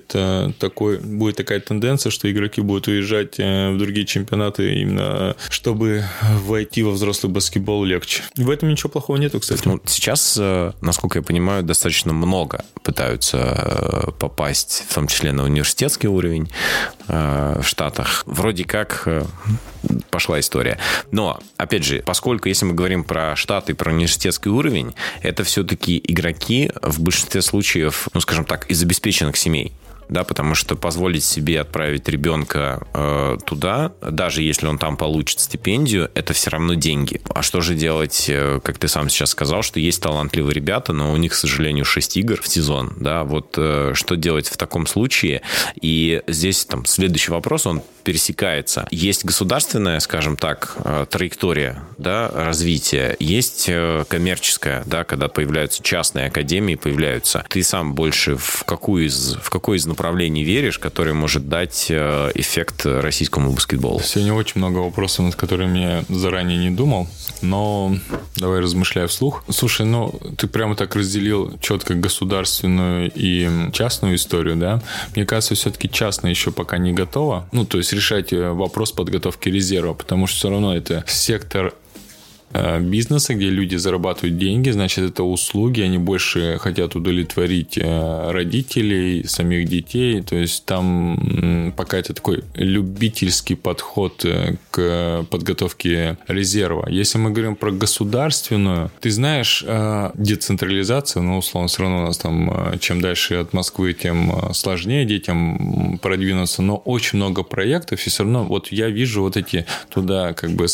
тенденция, что игроки будут уезжать в другие чемпионаты именно, чтобы войти во взрослый баскетбол легче. В этом ничего плохого нету, кстати. Сейчас, насколько я понимаю, достаточно много пытаются попасть, в том числе на университетский уровень в Штатах. Вроде как пошла история. Но, опять же, поскольку, если мы говорим про Штаты и про университетский уровень, это все-таки игроки в большинстве случаев, скажем так, из обеспеченных семей. Да, потому что позволить себе отправить ребенка туда, даже если он там получит стипендию, это все равно деньги. А что же делать, как ты сам сейчас сказал, что есть талантливые ребята, но у них, к сожалению, 6 игр в сезон. Да, вот что делать в таком случае? И здесь там следующий вопрос, он пересекается. Есть государственная, скажем так, траектория, да, развития, есть коммерческая, да, когда появляются частные академии, появляются. Ты сам больше в какой из направлений веришь, который может дать эффект российскому баскетболу? Сегодня очень много вопросов, над которыми я заранее не думал, но давай размышляю вслух. Слушай, ты прямо так разделил четко государственную и частную историю, да? Мне кажется, все-таки частная еще пока не готова. То есть решать вопрос подготовки резерва, потому что все равно это сектор бизнеса, где люди зарабатывают деньги, значит, это услуги, они больше хотят удовлетворить родителей, самих детей, то есть там пока это такой любительский подход к подготовке резерва. Если мы говорим про государственную, ты знаешь, децентрализация, условно, все равно у нас там, чем дальше от Москвы, тем сложнее детям продвинуться, но очень много проектов, и все равно я вижу эти туда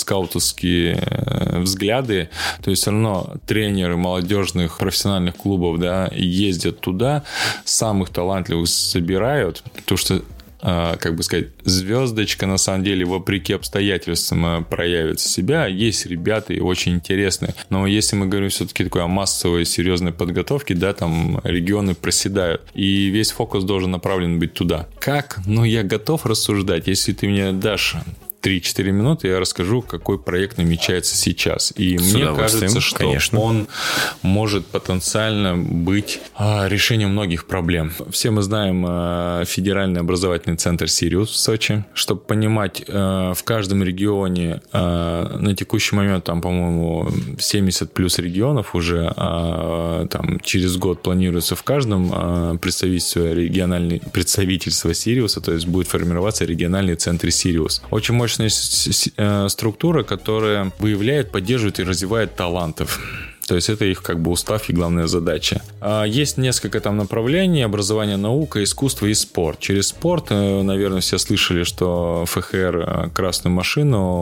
скаутовские взгляды, то есть все равно тренеры молодежных профессиональных клубов, да, ездят туда, самых талантливых собирают, потому что звездочка, на самом деле, вопреки обстоятельствам проявит себя. Есть ребята и очень интересные. Но если мы говорим все-таки такой о массовой, серьезной подготовке, да, там регионы проседают. И весь фокус должен направлен быть туда. Как? Я готов рассуждать. Если ты мне дашь 3-4 минуты, я расскажу, какой проект намечается сейчас. И мне кажется, что он может потенциально быть решением многих проблем. Все мы знаем федеральный образовательный центр «Сириус» в Сочи. Чтобы понимать, в каждом регионе на текущий момент, там, по-моему, 70 плюс регионов уже там, через год планируется в каждом представительство «Сириуса», то есть будет формироваться региональный центр «Сириус». Очень мощная структура, которая выявляет, поддерживает и развивает талантов. То есть это их устав и главная задача. Есть несколько там направлений: образование, наука, искусство и спорт. Через спорт, наверное, все слышали, что ФХР красную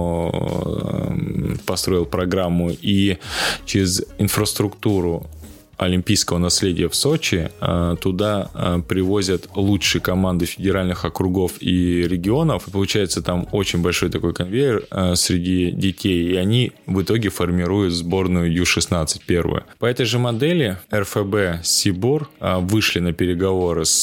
машину построил программу, и через инфраструктуру олимпийского наследия в Сочи, туда привозят лучшие команды федеральных округов и регионов. И получается, там очень большой такой конвейер среди детей, и они в итоге формируют сборную Ю-16 первую. По этой же модели РФБ Сибур вышли на переговоры с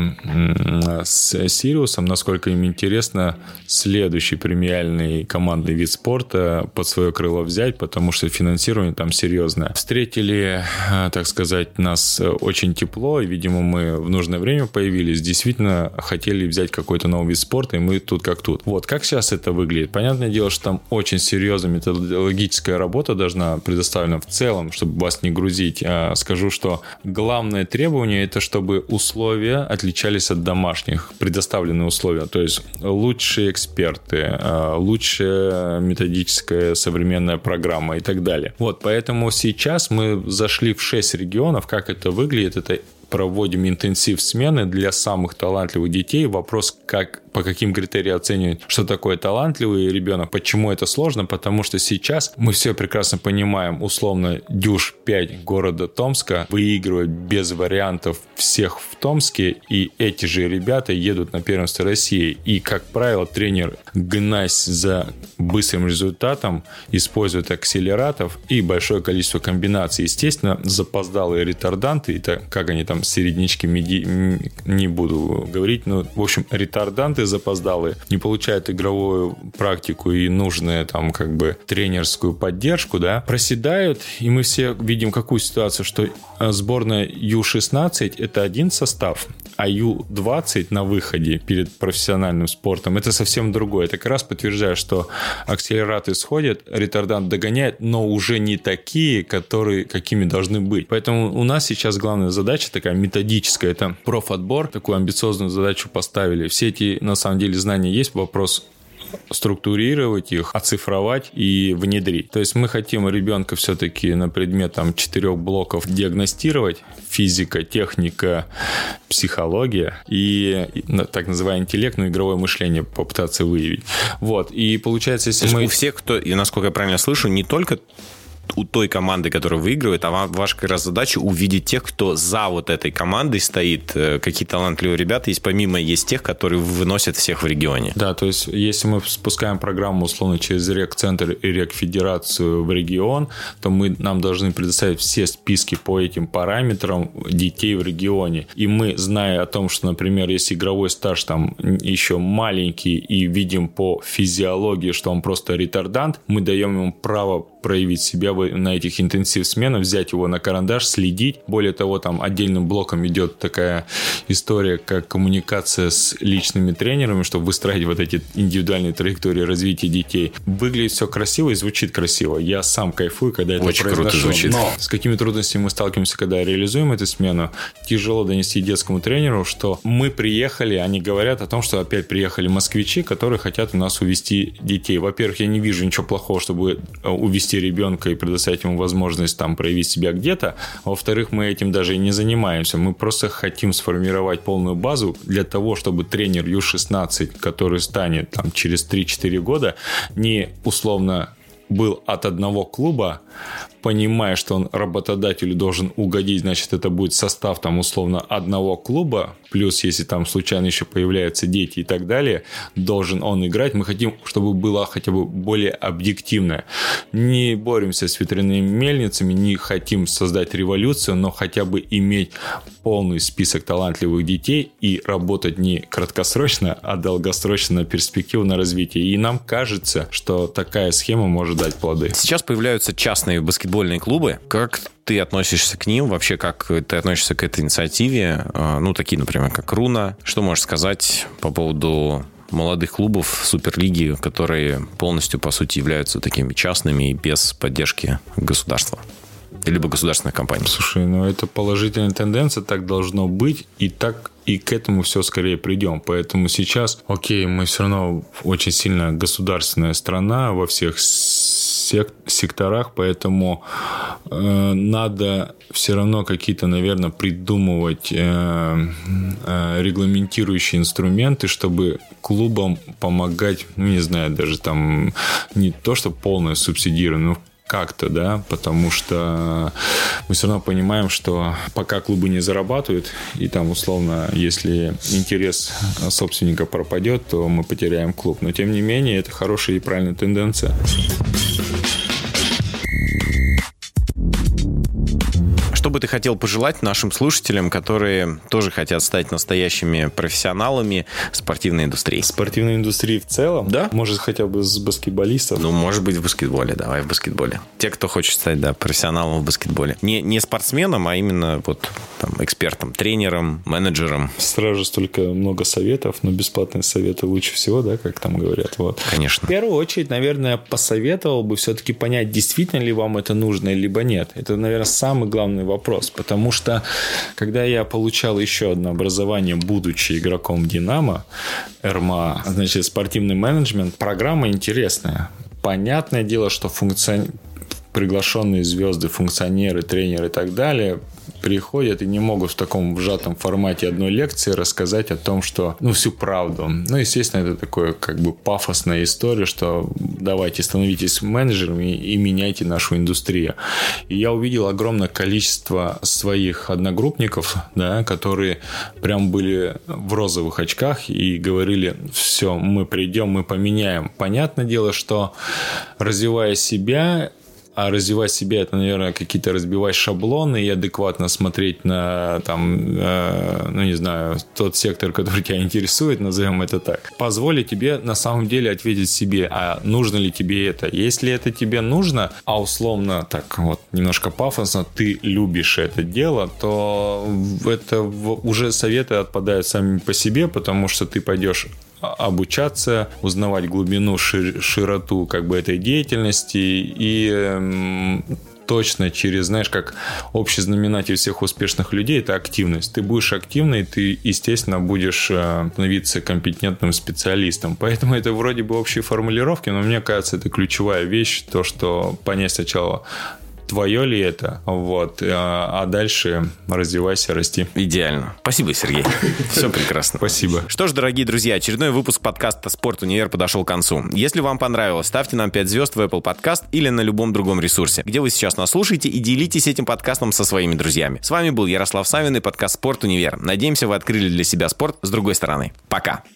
Сириусом, насколько им интересно следующий премиальный командный вид спорта под свое крыло взять, потому что финансирование там серьезное. Встретили, так сказать, нас очень тепло, и, видимо, мы в нужное время появились. Действительно, хотели взять какой-то новый вид спорта, и мы тут как тут. Вот, как сейчас это выглядит? Понятное дело, что там очень серьезная методологическая работа должна предоставлена в целом, чтобы вас не грузить. Скажу, что главное требование – это чтобы условия отличались от домашних, предоставленные условия. То есть лучшие эксперты, лучшая методическая современная программа и так далее. Вот, поэтому сейчас мы зашли в 6 регионов. Как это выглядит? Это проводим интенсив смены для самых талантливых детей. Вопрос, по каким критериям оценивать, что такое талантливый ребенок, почему это сложно, потому что сейчас мы все прекрасно понимаем, условно, Дюш-5 города Томска выигрывает без вариантов всех в Томске, и эти же ребята едут на первенство России. И, как правило, тренер, гнась за быстрым результатом, использует акселератов и большое количество комбинаций. Естественно, запоздалые ретарданты, это как они там, середнячки, не буду говорить, но, в общем, ретарданты запоздалые, не получают игровую практику и нужную там как бы тренерскую поддержку, да, проседают, и мы все видим какую ситуацию, что сборная Ю-16 это один состав, а Ю-20 на выходе перед профессиональным спортом это совсем другое. Это как раз подтверждает, что акселераты сходят, ретардант догоняет, но уже не такие, какими должны быть. Поэтому у нас сейчас главная задача такая методическая, это профотбор, такую амбициозную задачу поставили. Все эти, на самом деле, знания есть, вопрос структурировать их, оцифровать и внедрить. То есть мы хотим ребенка все-таки на предмет там 4 блоков диагностировать: физика, техника, психология и так называемый интеллект, игровое мышление попытаться выявить. Вот. И получается, если мы... У всех, кто, и насколько я правильно слышу, не только у той команды, которая выигрывает, а ваша как раз задача увидеть тех, кто за вот этой командой стоит, какие талантливые ребята есть, помимо есть тех, которые выносят всех в регионе. Да, то есть если мы спускаем программу условно через рек-центр и рек-федерацию в регион, то нам должны предоставить все списки по этим параметрам детей в регионе. И мы, зная о том, что, например, если игровой стаж там еще маленький и видим по физиологии, что он просто ретардант, мы даем ему право проявить себя на этих интенсив-сменах, взять его на карандаш, следить. Более того, там отдельным блоком идет такая история, как коммуникация с личными тренерами, чтобы выстраивать вот эти индивидуальные траектории развития детей. Выглядит все красиво и звучит красиво. Я сам кайфую, когда это очень произношу. Круто звучит. Но с какими трудностями мы сталкиваемся, когда реализуем эту смену? Тяжело донести детскому тренеру, что мы приехали, они говорят о том, что опять приехали москвичи, которые хотят у нас увезти детей. Во-первых, я не вижу ничего плохого, чтобы увезти ребенка и предоставить ему возможность там проявить себя где-то. А во-вторых, мы этим даже и не занимаемся. Мы просто хотим сформировать полную базу для того, чтобы тренер Ю-16, который станет там через 3-4 года, не условно был от одного клуба, понимая, что он работодателю должен угодить, значит, это будет состав там условно одного клуба, плюс если там случайно еще появляются дети и так далее, должен он играть. Мы хотим, чтобы было хотя бы более объективно. Не боремся с ветряными мельницами, не хотим создать революцию, но хотя бы иметь полный список талантливых детей и работать не краткосрочно, а долгосрочно на перспективу, на развитие. И нам кажется, что такая схема может дать плоды. Сейчас появляются частные баскетбольные клубы. Как ты относишься к ним? Вообще, как ты относишься к этой инициативе? Ну, такие, например, как Руна. Что можешь сказать по поводу молодых клубов Суперлиги, которые полностью, по сути, являются такими частными и без поддержки государства? Либо государственных компаний? Слушай, ну это положительная тенденция, так должно быть, и так и к этому все скорее придем. Поэтому сейчас, мы все равно очень сильно государственная страна во всех секторах, поэтому надо все равно какие-то, наверное, придумывать регламентирующие инструменты, чтобы клубам помогать, не знаю, даже там не то, что полное субсидирование, но как-то, да, потому что мы все равно понимаем, что пока клубы не зарабатывают, и там, условно, если интерес собственника пропадет, то мы потеряем клуб. Но, тем не менее, это хорошая и правильная тенденция. Что бы ты хотел пожелать нашим слушателям, которые тоже хотят стать настоящими профессионалами спортивной индустрии? Спортивной индустрии в целом? Да. Может, хотя бы с баскетболистов? Ну, может быть, в баскетболе. Давай в баскетболе. Те, кто хочет стать, да, профессионалом в баскетболе. Не спортсменом, а именно вот там экспертом, тренером, менеджером. Сразу столько много советов, но бесплатные советы лучше всего, да, как там говорят. Вот. Конечно. В первую очередь, наверное, посоветовал бы все-таки понять, действительно ли вам это нужно, либо нет. Это, наверное, самый главный вопрос, потому что, когда я получал еще одно образование, будучи игроком «Динамо», РМА, значит, спортивный менеджмент, программа интересная. Понятное дело, что приглашенные звезды, функционеры, тренеры и так далее приходят и не могут в таком сжатом формате одной лекции рассказать о том, что, всю правду. Естественно, это такое, как бы, пафосная история, что давайте становитесь менеджерами и меняйте нашу индустрию. И я увидел огромное количество своих одногруппников, да, которые прям были в розовых очках и говорили: все, мы придем, мы поменяем. Понятное дело, что развивая себя, а развивать себя — это, наверное, какие-то разбивать шаблоны и адекватно смотреть на, не знаю, тот сектор, который тебя интересует, назовем это так. Позволит тебе на самом деле ответить себе, а нужно ли тебе это. Если это тебе нужно, а условно, так вот, немножко пафосно, ты любишь это дело, то это уже советы отпадают сами по себе, потому что ты пойдешь обучаться, узнавать глубину, широту как бы этой деятельности и точно через, знаешь, как общий знаменатель всех успешных людей — это активность. Ты будешь активной, ты, естественно, будешь становиться компетентным специалистом. Поэтому это вроде бы общие формулировки, но мне кажется, это ключевая вещь, то, что понять сначала, твое ли это, вот, а дальше развивайся, расти. Идеально. Спасибо, Сергей. Все прекрасно. Спасибо. Что ж, дорогие друзья, очередной выпуск подкаста «Спорт Универ» подошел к концу. Если вам понравилось, ставьте нам 5 звезд в Apple Podcast или на любом другом ресурсе, где вы сейчас нас слушаете, и делитесь этим подкастом со своими друзьями. С вами был Ярослав Савин и подкаст «Спорт Универ». Надеемся, вы открыли для себя спорт с другой стороны. Пока.